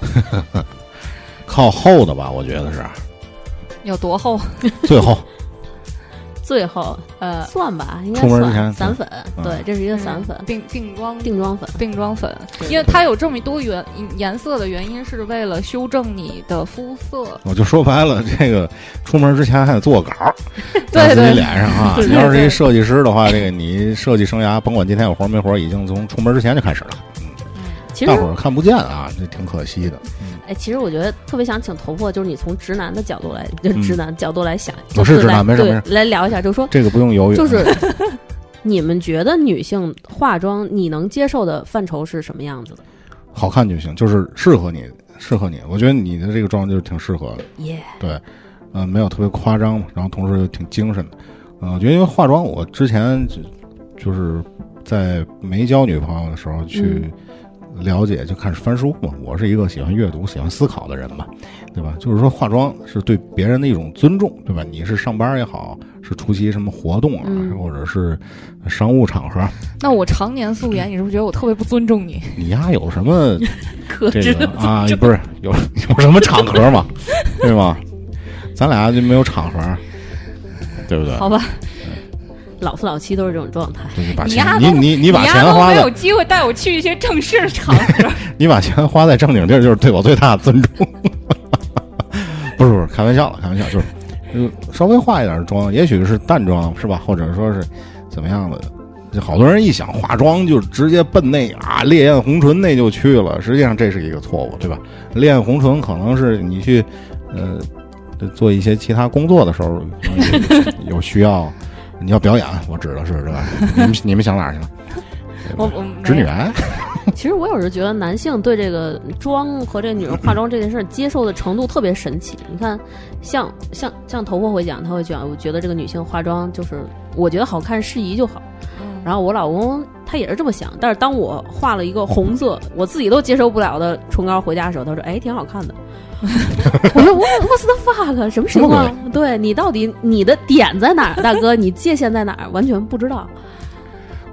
靠后的吧，我觉得是。 有多厚？ 最后。 最后，呃，算吧，应该出门之前散粉， 嗯、 对，这是一个散粉， 定定妆定妆粉， 定妆粉，因为它有这么多原颜色的原因，是为了修正你的肤色。 我就说白了，这个出门之前还得做个稿， 在自己脸上啊。你要是一设计师的话，这个你设计生涯，甭管今天有活没活，已经从出门之前就开始了。嗯， 其实大伙儿看不见啊，这挺可惜的。 哎，其实我觉得特别想请头破，就是你从直男的角度来，就是直男角度来想， 我是直男，没事没事， 来聊一下，就说这个不用犹豫， 就是你们觉得女性化妆你能接受的范畴是什么样子的？ 好看就行，就是适合你，适合你。我觉得你的这个妆就是挺适合的， 耶、 yeah 。对，呃，没有特别夸张，然后同时又挺精神的。呃，我觉得因为化妆，我之前就就是在没交女朋友的时候去。嗯了解就看翻书嘛，我是一个喜欢阅读、喜欢思考的人嘛，对吧？就是说化妆是对别人的一种尊重，对吧？你是上班也好，是出席什么活动啊， 嗯、 或者是商务场合。 那我常年素颜，你是不是觉得我特别不尊重你？ 你呀，有什么可这个啊？不是有有什么场合嘛，对吗？咱俩就没有场合，对不对？ 好吧。 老夫老妻都是这种状态。 你呀，你你你把钱花在， 没有机会带我去一些正式的场合。 你把钱花在正经地儿，就是对我最大的尊重。不是不是，开玩笑了，开玩笑，就是就稍微化一点妆，也许是淡妆，是吧？或者说是怎么样的？就好多人一想化妆，就直接奔那啊烈焰红唇那就去了。实际上这是一个错误，对吧？烈焰红唇可能是你去呃做一些其他工作的时候有, 有需要。你要表演，我指的是是吧？你们你们想哪儿去了？ 我我直女癌。 其实我有时觉得男性对这个妆和这女人化妆这件事接受的程度特别神奇。你看，像像像头破会讲，他会讲，我觉得这个女性化妆就是我觉得好看适宜就好。嗯、然后我老公他也是这么想，但是当我画了一个红色我自己都接受不了的唇膏回家的时候，他说：“哎，挺好看的。”我说我 What's the fuck 什么情况？对你到底你的点在哪儿，大哥？你界限在哪儿？完全不知道。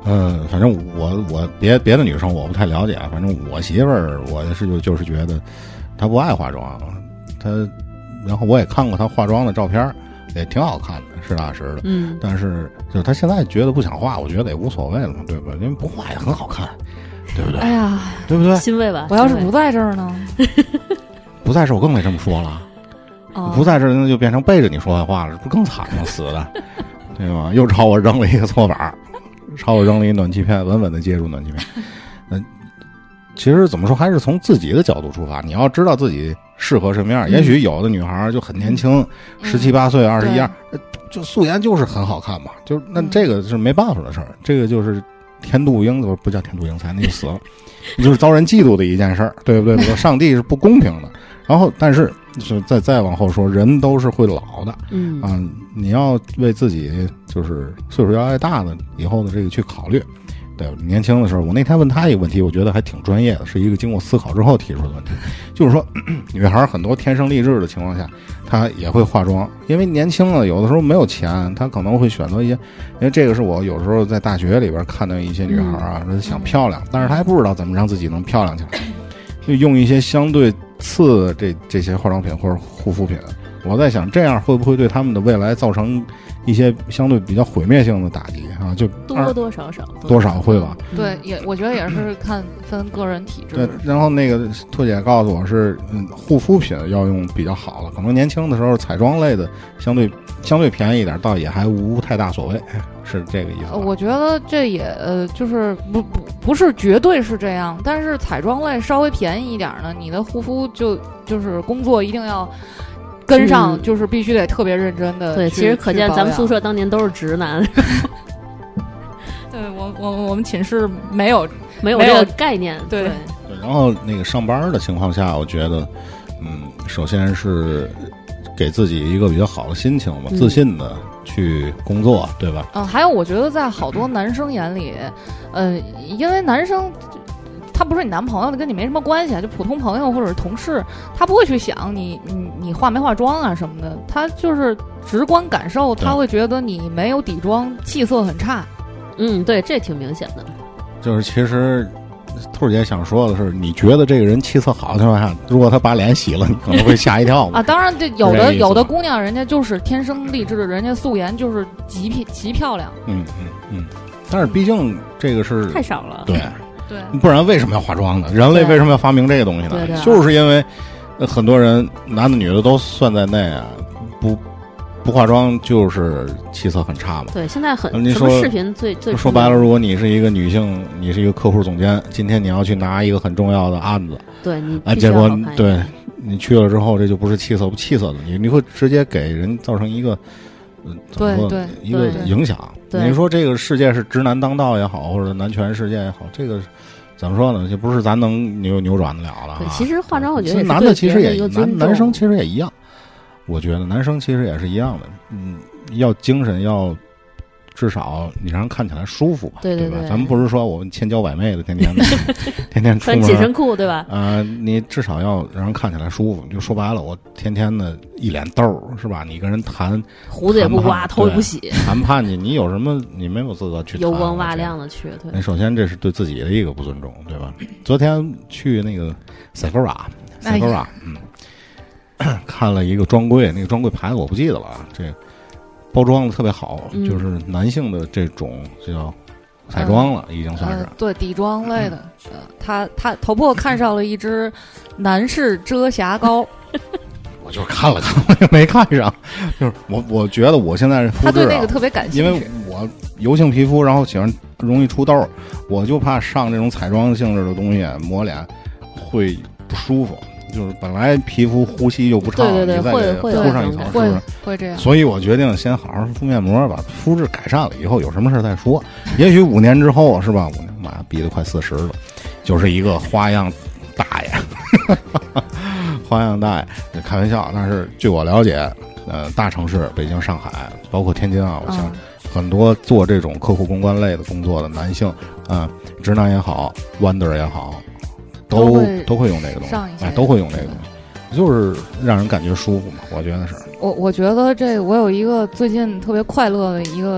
嗯，反正我我别别的女生我不太了解，反正我媳妇儿我是就就是觉得她不爱化妆，她然后我也看过她化妆的照片，也挺好看的，实打实的。 嗯， 但是就是她现在觉得不想化，我觉得也无所谓了嘛，对吧？因为不化也很好看，对不对？ 哎呀， 对不对？ 欣慰吧？ 我要是不在这儿呢？ 不在这儿我更得这么说了。 哦、 不在这儿那就变成背着你说坏话了，不更惨吗？死的，对吧？又朝我扔了一个搓板，朝我扔了一暖气片，稳稳的接住暖气片。嗯，其实怎么说，还是从自己的角度出发。你要知道自己适合什么样。嗯、也许有的女孩就很年轻，十七八岁、二十一二，就素颜就是很好看嘛。就那这个是没办法的事儿，这个就是天妒英，不叫天妒英才，那就死了，就是遭人嫉妒的一件事儿，对不对？上帝是不公平的。然后，但是就再再往后说，人都是会老的， 嗯啊，你要为自己就是岁数越来越大的以后的这个去考虑。对，年轻的时候，我那天问他一个问题，我觉得还挺专业的，是一个经过思考之后提出的问题，就是说，咳咳女孩很多天生丽质的情况下，她也会化妆，因为年轻了，有的时候没有钱，她可能会选择一些，因为这个是我有时候在大学里边看到一些女孩啊，她想漂亮，但是她还不知道怎么让自己能漂亮起来，就用一些相对次的这这些化妆品或者护肤品。我在想，这样会不会对他们的未来造成一些相对比较毁灭性的打击啊？就多多少少多少会吧。 对，也我觉得也是看分个人体质。 对，然后那个兔姐告诉我是，嗯，护肤品要用比较好的，可能年轻的时候彩妆类的相对相对便宜一点，倒也还无太大所谓，是这个意思吧。 我觉得这也呃，就是不不不是绝对是这样，但是彩妆类稍微便宜一点呢，你的护肤就就是工作一定要跟上，就是必须得特别认真的、 嗯。对，其实可见咱们宿舍当年都是直男。 对我我我们寝室没有没有这个概念。 对。 对对，然后那个上班的情况下，我觉得，嗯，首先是给自己一个比较好的心情嘛，嗯、自信的去工作，对吧？ 嗯，还有我觉得在好多男生眼里，呃，因为男生。他不是你男朋友的，跟你没什么关系啊，就普通朋友或者是同事，他不会去想你你你化没化妆啊什么的，他就是直观感受，他会觉得你没有底妆，气色很差。 嗯，对，这挺明显的。 就是其实兔姐想说的是，你觉得这个人气色好的情况下，如果他把脸洗了，你可能会吓一跳啊。当然，这有的有的姑娘，人家就是天生丽质，人家素颜就是极极漂亮。 嗯嗯嗯，但是毕竟这个是太少了。 对。 对， 不然为什么要化妆呢？人类为什么要发明这个东西呢？就是因为很多人男的女的都算在内啊，不不化妆就是气色很差嘛。 对，现在很你说什么视频最最说白了，如果你是一个女性，你是一个客户总监，今天你要去拿一个很重要的案子， 对你啊，结果对你去了之后，这就不是气色不气色的，你你会直接给人造成一个。嗯， 对对， 一个影响。你说这个世界是直男当道也好，或者男权世界也好，这个怎么说呢？就不是咱能扭扭转得了的、啊。 对，其实化妆我觉得男的其实也男男生其实也一样，我觉得男生其实也是一样的。嗯，要精神要。至少你让人看起来舒服吧， 对对对吧？咱们不是说我们千娇百媚的，天天的天天出门穿紧身裤，对吧？ 啊、呃，你至少要让人看起来舒服。就说白了，我天天的一脸痘是吧？你跟人谈胡子也不刮，头也不洗， 谈判去，你有什么？你没有资格去谈油光瓦亮的去。对， 那首先这是对自己的一个不尊重，对吧？昨天去那个 Sephora，Sephora， 嗯，看了一个专柜，那个专柜牌子我不记得了啊，这。包装的特别好， 嗯、 就是男性的这种叫彩妆了， 嗯、 已经算是、 呃、对底妆类的。嗯、呃，他他头破看上了一支男士遮瑕膏， 我就是看了看，我也没看上。就是我我觉得我现在肤质、啊、 他对那个特别感兴趣， 因为我油性皮肤，然后喜欢容易出痘，我就怕上这种彩妆性质的东西抹脸会不舒服。就是本来皮肤呼吸就不畅， 对对对， 你再给敷上一层，是不是？ 会这样。 所以我决定先好好敷面膜，把肤质改善了以后，有什么事再说。也许五年之后，是吧？五年，妈逼得快四十了，就是一个花样大爷，花样大爷，开玩笑。但是据我了解，呃，大城市北京、上海，包括天津啊，我想很多做这种客户公关类的工作的男性，啊、呃，直男也好 ，Wonder 也好。都都会用这个东西，哎，都会用这个东西，就是让人感觉舒服嘛。我觉得是。 我我觉得这我有一个最近特别快乐的一个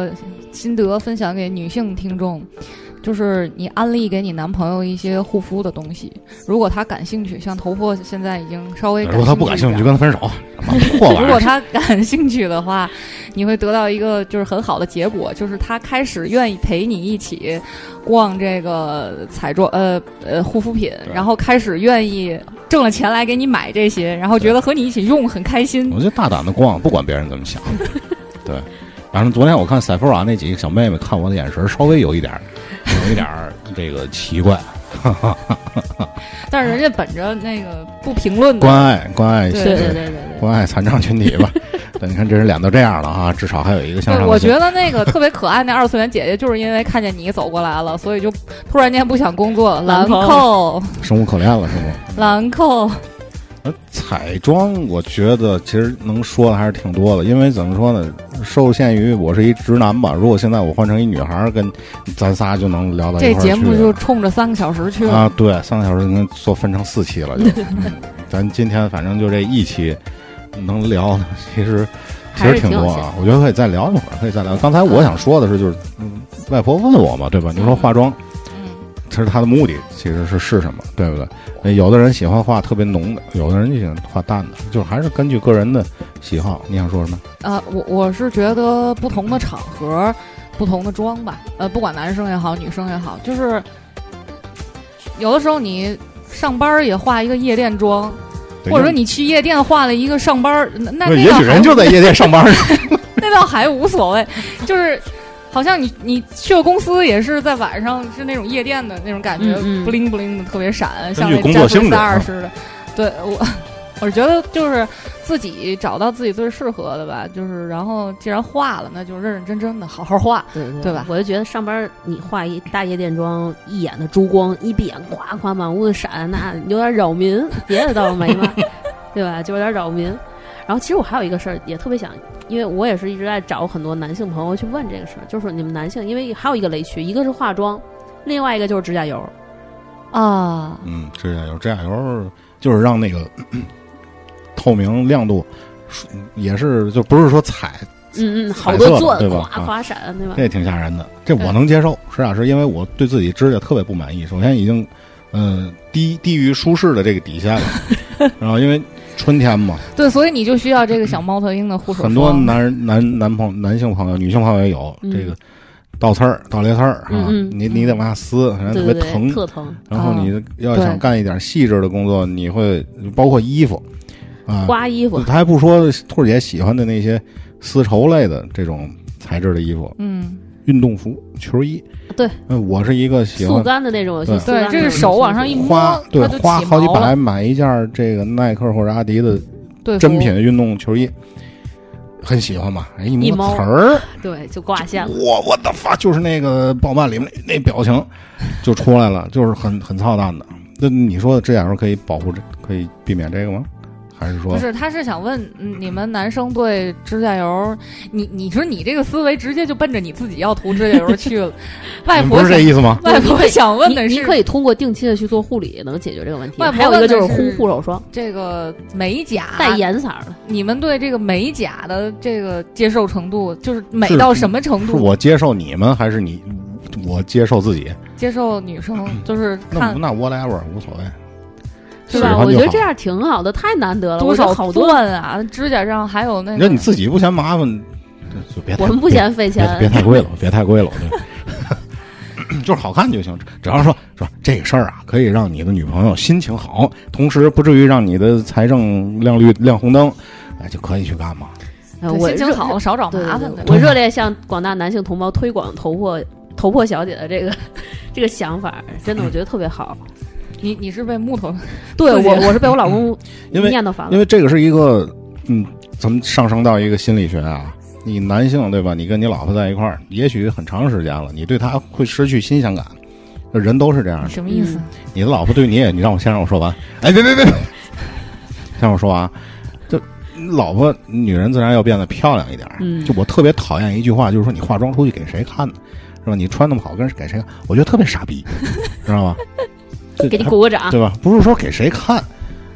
心得分享给女性听众。就是你安利给你男朋友一些护肤的东西，如果他感兴趣，像头破现在已经稍微感兴趣， 如果他不感兴趣就跟他分手。 如果他感兴趣的话，你会得到一个就是很好的结果，就是他开始愿意陪你一起逛这个彩妆呃呃护肤品，然后开始愿意挣了钱来给你买这些，然后觉得和你一起用很开心。 我就大胆的逛，不管别人怎么想。对，反正昨天我看塞弗拉那几个小妹妹看我的眼神稍微有一点有一点这个奇怪。 但是人家本着那个不评论的关爱关爱对对对对对关爱残障群体吧。对，你看这人脸都这样了哈，至少还有一个向上的。 我觉得那个特别可爱那二次元姐姐，就是因为看见你走过来了，所以就突然间不想工作了。兰蔻生无可恋了是吗？ 兰蔻。 呃，彩妆我觉得其实能说的还是挺多的，因为怎么说呢，受限于我是一直男吧，如果现在我换成一女孩，跟咱仨就能聊到一块儿去。 这节目就冲着三个小时去了啊！对，三个小时能做分成四期了就。嗯、咱今天反正就这一期能聊的，其实其实挺多啊。我觉得可以再聊一会儿，可以再聊。刚才我想说的是，就是、嗯、外婆问我嘛，对吧？你说化妆。其实他的目的其实是是什么，对不对？有的人喜欢画特别浓的，有的人就喜欢画淡的，就还是根据个人的喜好。你想说什么？ 呃，我我是觉得不同的场合，不同的妆吧，呃，不管男生也好，女生也好，就是有的时候你上班也画一个夜店妆，或者说你去夜店画了一个上班，那那也许人就在夜店上班， 那倒还无所谓，就是。好像你你去了公司也是在晚上是那种夜店的那种感觉， 嗯嗯不灵不灵的特别闪，像那工作性质似的。对我，我觉得就是自己找到自己最适合的吧，就是然后既然画了，那就认认真真的好好画， 对对对吧？ 我就觉得上班你画一大夜店妆，一眼的珠光，一闭眼夸夸满屋子闪，那有点扰民，别的倒没嘛，对吧？就有点扰民。然后其实我还有一个事儿也特别想，因为我也是一直在找很多男性朋友去问这个事儿，就是你们男性，因为还有一个雷区，一个是化妆，另外一个就是指甲油啊。 嗯，指甲油，指甲油就是让那个咳咳透明亮度也是，就不是说彩， 嗯嗯，好多钻对吧？ 夸夸闪，对吧？ 这挺吓人的，这我能接受。实际上是因为我对自己指甲特别不满意，首先已经呃低低于舒适的这个底线了，然后因为。春天嘛， 对，所以你就需要这个小猫头鹰的护手霜。 很多男男男朋男性朋友、女性朋友也有、嗯、这个倒刺儿、倒裂刺儿啊， 嗯、 你你得往下撕，然后特别疼， 对对对特疼。 然后你要想干一点细致的工作，你会包括衣服啊， 刮衣服。 他还不说兔姐喜欢的那些丝绸类的这种材质的衣服， 嗯， 运动服、球衣。 对， 我是一个喜欢速干的那种， 对， 对这个手往上一摸， 花对花好几百买一件这个耐克或者阿迪的真品运动球衣，很喜欢嘛，哎，一摸词儿， 对，就挂线了。 我我的发就是那个爆漫里面那那表情就出来了，就是很很操蛋的。那你说的指甲油可以保护这，可以避免这个吗？还是说不是？他是想问你们男生对指甲油，你你说你这个思维直接就奔着你自己要涂指甲油去了。外婆不是这意思吗？ 外婆想问的是， 你可以通过定期的去做护理能解决这个问题。还有一个就是护护手霜， 这个美甲带颜色的。 你们对这个美甲的这个接受程度，就是美到什么程度？ 是我接受你们，还是你我接受自己？ 接受女生就是看那 whatever 无所谓。 是吧？我觉得这样挺好的，太难得了。 多少好段啊，指甲上还有那个。 你说你自己不嫌麻烦，就别太。 我们不嫌费钱， 别太贵了，别太贵了，就是好看就行。只要说说这个事儿啊，可以让你的女朋友心情好，同时不至于让你的财政亮绿亮红灯，哎，就可以去干嘛。 我心情好，少找麻烦的。 我热烈向广大男性同胞推广头破头破小姐的这个这个想法，真的我觉得特别好。 你你是被木头？ 对我我是被我老公念叨烦了。 因为这个是一个嗯，咱们上升到一个心理学啊。你男性对吧？你跟你老婆在一块儿，也许很长时间了，你对她会失去新鲜感。人都是这样的。 什么意思？ 你的老婆对你也，你让我先让我说完。哎，别别别，先让我说完。就老婆女人自然要变得漂亮一点。 嗯。 就我特别讨厌一句话，就是说你化妆出去给谁看呢？是吧？你穿那么好，跟给谁看？我觉得特别傻逼，知道吗？ 给你鼓个掌， 对吧？不是说给谁看，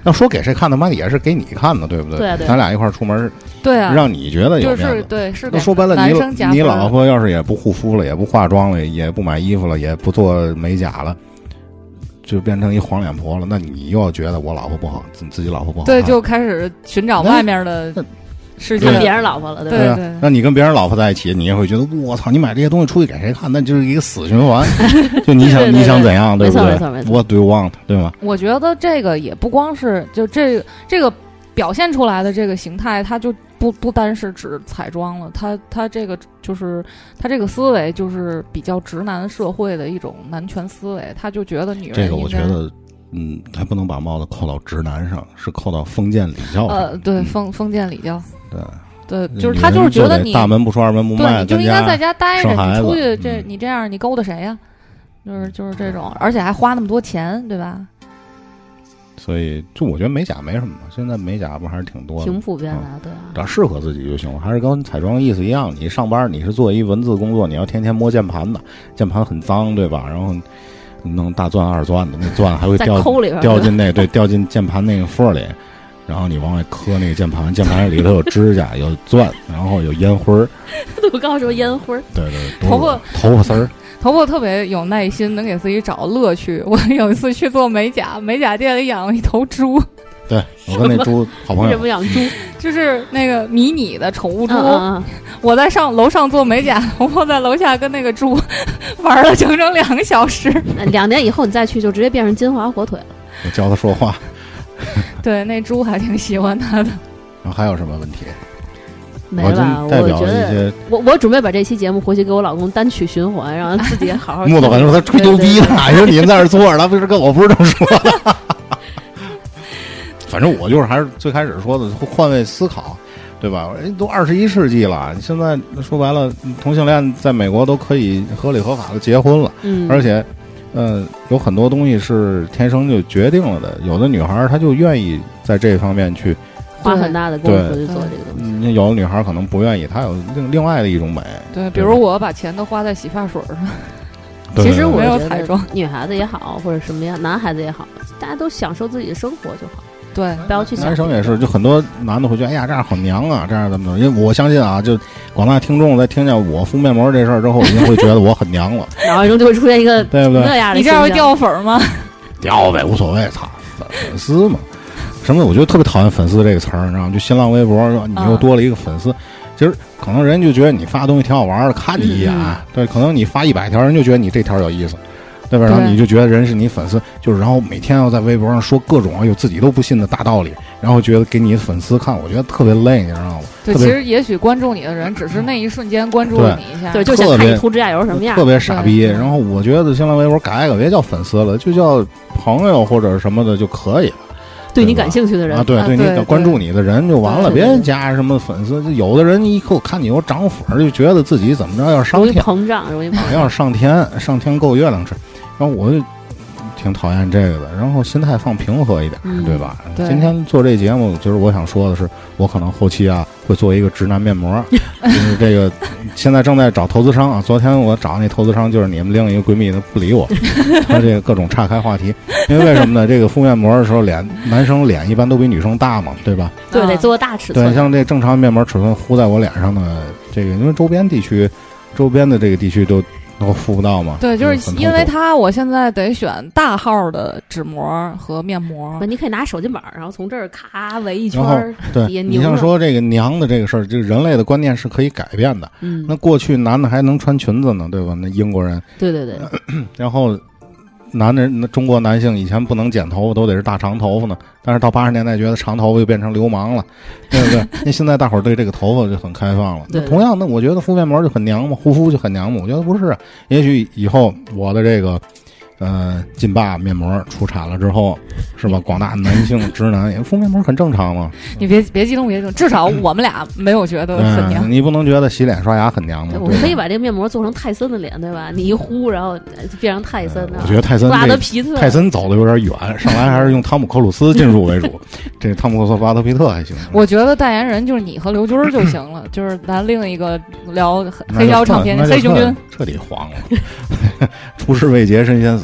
要说给谁看的嘛，也是给你看的，对不对？ 对啊对啊咱俩一块儿出门， 对啊， 让你觉得有面子。 就是对是那说白了， 男生加你你分老婆要是也不护肤了，也不化妆了，也不买衣服了，也不做美甲了，就变成一黄脸婆了，那你又要觉得我老婆不好，自自己老婆不好看， 对，就开始寻找外面的世界， 看别人老婆了，对吧？ 对对。 那你跟别人老婆在一起，你也会觉得我操，你买这些东西出去给谁看？那就是一个死循环。就你想对对对你想怎样，对不对没错没错 ？What do you want？ 对吗？ 我觉得这个也不光是就这个这个表现出来的这个形态，它就不不单是指彩妆了，它它这个就是它这个思维就是比较直男社会的一种男权思维，他就觉得女人这个我应该觉得。嗯，还不能把帽子扣到直男上，是扣到封建礼教上。 呃，对， 嗯、 封封建礼教。 对， 对，就是他就是觉得你大门不出二门不迈， 对，你就应该在家待着，你出去这、 嗯、 你这样你勾搭谁呀、啊？就是就是这种，而且还花那么多钱，对吧？ 所以，就我觉得美甲没什么，现在美甲不还是挺多的， 挺普遍的， 嗯、 对啊。 只要适合自己就行了，还是跟彩妆意思一样。你上班你是做一文字工作，你要天天摸键盘的，键盘很脏，对吧？然后。弄大钻二钻的，那钻还会掉掉进那对掉进键盘那个缝里，然后你往外磕那个键盘，键盘里头有指甲有钻，然后有烟灰儿。 我告诉我烟灰儿。 对对， 头发头发丝儿。 头发特别有耐心，能给自己找乐趣。我有一次去做美甲，美甲店里养了一头猪。 对，我跟那猪好朋友。 为什么养猪？ 就是那个迷你的宠物猪。 嗯嗯嗯我在上楼上做美甲，我在楼下跟那个猪玩了整整两个小时。 两年以后你再去，就直接变成金华火腿了。 我教他说话。 对，那猪还挺喜欢他的。 然后还有什么问题？ 没了，我觉得我我准备把这期节目回去给我老公单曲循环，让他自己好好。 木头说他吹牛逼呢，说你们在这坐着，他不是跟我不是这么说的。反正我就是还是最开始说的换位思考，对吧？哎，都二十一世纪了，现在说白了，同性恋在美国都可以合理合法的结婚了， 嗯， 而且，呃，有很多东西是天生就决定了的。有的女孩她就愿意在这方面去花很大的功夫去做这个东西。 有的女孩可能不愿意，她有另另外的一种美。 对，比如我把钱都花在洗发水上。 其实我没有彩妆， 女孩子也好，或者什么样，男孩子也好，大家都享受自己的生活就好。 对， 不要去想。 男生也是，就很多男的会觉得，哎呀，这样好娘啊，这样怎么怎么？因为我相信啊，就广大听众在听见我敷面膜这事儿之后，一定会觉得我很娘了， 脑海中就会出现一个对不对？ 那样的， 你这样会掉粉吗？ 掉呗，无所谓，操，粉丝嘛，什么？我觉得特别讨厌粉丝这个词儿，你知道吗？就新浪微博，你又多了一个粉丝。嗯其实可能人就觉得你发东西挺好玩的，看你一眼，嗯、对，可能你发一百条，人就觉得你这条有意思，对吧？然后你就觉得人是你粉丝，就是然后每天要在微博上说各种有自己都不信的大道理，然后觉得给你的粉丝看，我觉得特别累，你知道吗？ 对，其实也许关注你的人只是那一瞬间关注了你一下， 对，就想看你涂指甲油什么样， 特别傻逼。然后我觉得新浪微博改改别叫粉丝了，就叫朋友或者什么的就可以了。 对你感兴趣的人啊，对对，你关注你的人就完了，别加什么粉丝。有的人一口看你有涨粉，就觉得自己怎么着要上天， 膨胀，容易膨胀， 要上天，上天够月亮吃。然后我就挺讨厌这个的，然后心态放平和一点， 嗯、 对吧？ 对今天做这节目，就是我想说的是，我可能后期啊会做一个直男面膜，就是这个现在正在找投资商啊。昨天我找那投资商，就是你们另一个闺蜜，她不理我，她这个各种岔开话题。因为为什么呢？这个敷面膜的时候，脸男生脸一般都比女生大嘛，对吧？ 对，得做大尺寸。 对，像这正常面膜尺寸敷在我脸上呢，这个因为周边地区、周边的这个地区都。都敷不到嘛？ 对，就是因为它，我现在得选大号的纸膜和面膜。 你可以拿手巾板，然后从这儿咔围一圈。 对，你像说这个娘的这个事儿，这个人类的观念是可以改变的。 嗯， 那过去男的还能穿裙子呢，对吧？那英国人。 对对对。 然后。男的，那中国男性以前不能剪头发，都得是大长头发呢。但是到八十年代，觉得长头发又变成流氓了，对不对？那现在大伙儿对这个头发就很开放了。那同样，那我觉得敷面膜就很娘嘛，护肤就很娘嘛。我觉得不是，也许以后我的这个呃劲霸面膜出产了之后，是吧？广大男性直男也敷面膜很正常嘛。 你别别激动，别激动，至少我们俩没有觉得很娘。 嗯、你不能觉得洗脸刷牙很娘吗？ 我可以把这个面膜做成泰森的脸，对吧？你一呼，然后就变成泰森的。 我觉得泰森布拉德皮特， 泰森走的有点远，上来还是用汤姆克鲁斯进入为主。这汤姆克鲁斯、布拉德皮特还行。 我觉得代言人就是你和刘军就行了，就是咱另一个聊黑胶唱片黑熊君， 彻底黄了。出师未捷身先死，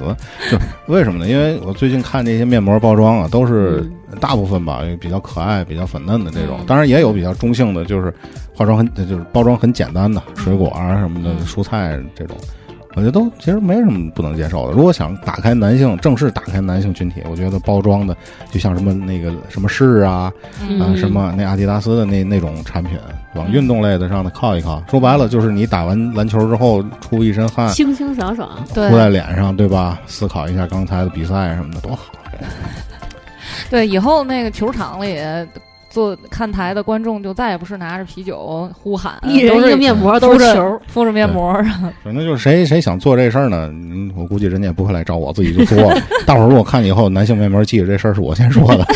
了。就为什么呢？因为我最近看这些面膜包装啊，都是大部分吧比较可爱、比较粉嫩的这种，当然也有比较中性的，就是化妆很就是包装很简单的水果啊什么的、蔬菜这种。我觉得都其实没什么不能接受的。如果想打开男性，正式打开男性群体，我觉得包装的就像什么那个什么仕啊，嗯、啊什么那阿迪达斯的那那种产品，往运动类的上的靠一靠。说白了就是你打完篮球之后出一身汗， 清清爽爽， 对， 涂在脸上，对吧？思考一下刚才的比赛什么的，多好。 对，以后那个球场里。做看台的观众就再也不是拿着啤酒呼喊， 一人一个面膜都是球， 敷着面膜。 反正就是谁谁想做这事儿呢，嗯，我估计人家也不会来找我，自己就做了。大伙儿如果看以后男性面膜记着这事儿是我先说的。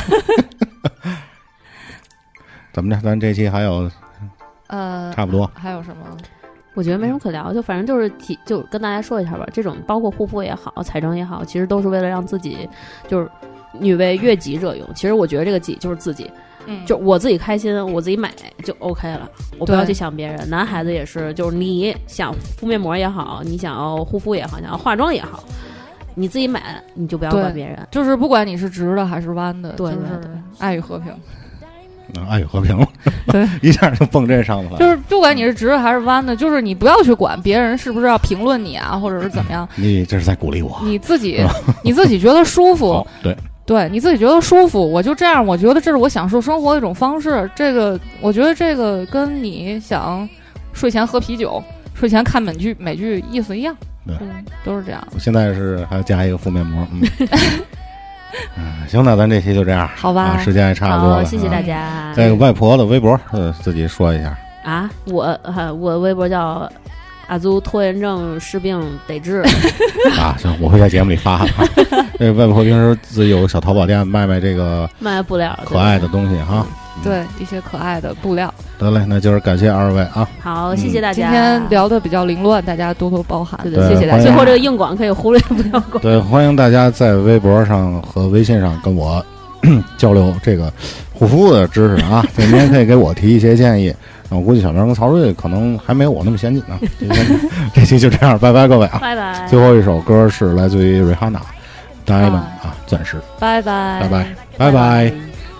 怎么着？咱这期还有呃， 差不多还有什么？ 我觉得没什么可聊，就反正就是提，就跟大家说一下吧。这种包括护肤也好，彩妆也好，其实都是为了让自己就是女为悦己者用。其实我觉得这个己就是自己。嗯，就我自己开心，我自己买就 OK 了，我不要去想别人。男孩子也是，就是你想敷面膜也好，你想要护肤也好，想要化妆也好，你自己买，你就不要管别人。 就是不管你是直的还是弯的， 对对对， 就是爱与和平。 嗯，爱与和平， 对， 一下就蹦这上了。 就是不管你是直的还是弯的，就是你不要去管别人是不是要评论你啊，或者是怎么样。 你这是在鼓励我。 你自己，你自己觉得舒服， 对。 对，你自己觉得舒服，我就这样，我觉得这是我享受生活的一种方式。这个，我觉得这个跟你想睡前喝啤酒、睡前看美剧、美剧意思一样， 对， 嗯、都是这样。 我现在是还要加一个敷面膜，嗯，嗯行，那咱这期就这样， 好吧？ 啊、时间也差不多了， 谢谢大家。 这个外婆的微博，呃，自己说一下啊，我呃，我微博叫。阿祖拖延症是病得治啊！行，我会在节目里发哈。这外婆平时自己有个小淘宝店，卖卖这个卖布料可爱的东西哈。 对，一些可爱的布料。 得嘞，那就是感谢二位啊！ 好，谢谢大家。 今天聊的比较凌乱，大家多多包涵。 对对，谢谢大家。最后这个硬广可以忽略不要过。 对，欢迎大家在微博上和微信上跟我交流这个护肤的知识啊，你也可以给我提一些建议。我估计小明跟曹睿可能还没有我那么先进呢。这期就这样，拜拜各位啊！ 拜拜。 最后一首歌是来自于瑞哈娜，Diamond 啊，钻石。 拜拜， 拜拜，拜拜。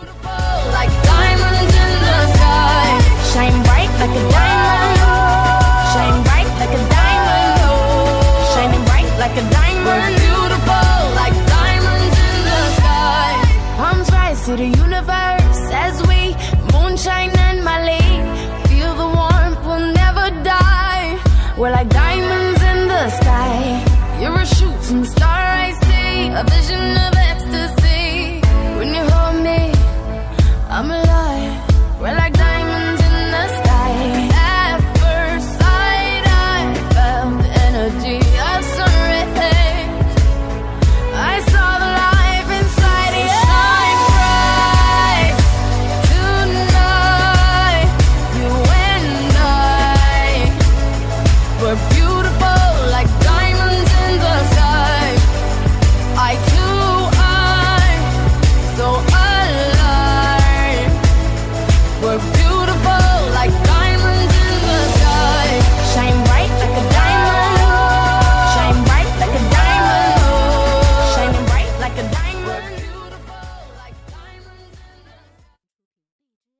We're like diamonds in the sky. You're a shooting star I see, a vision of ecstasy. When you hold me, I'm alive.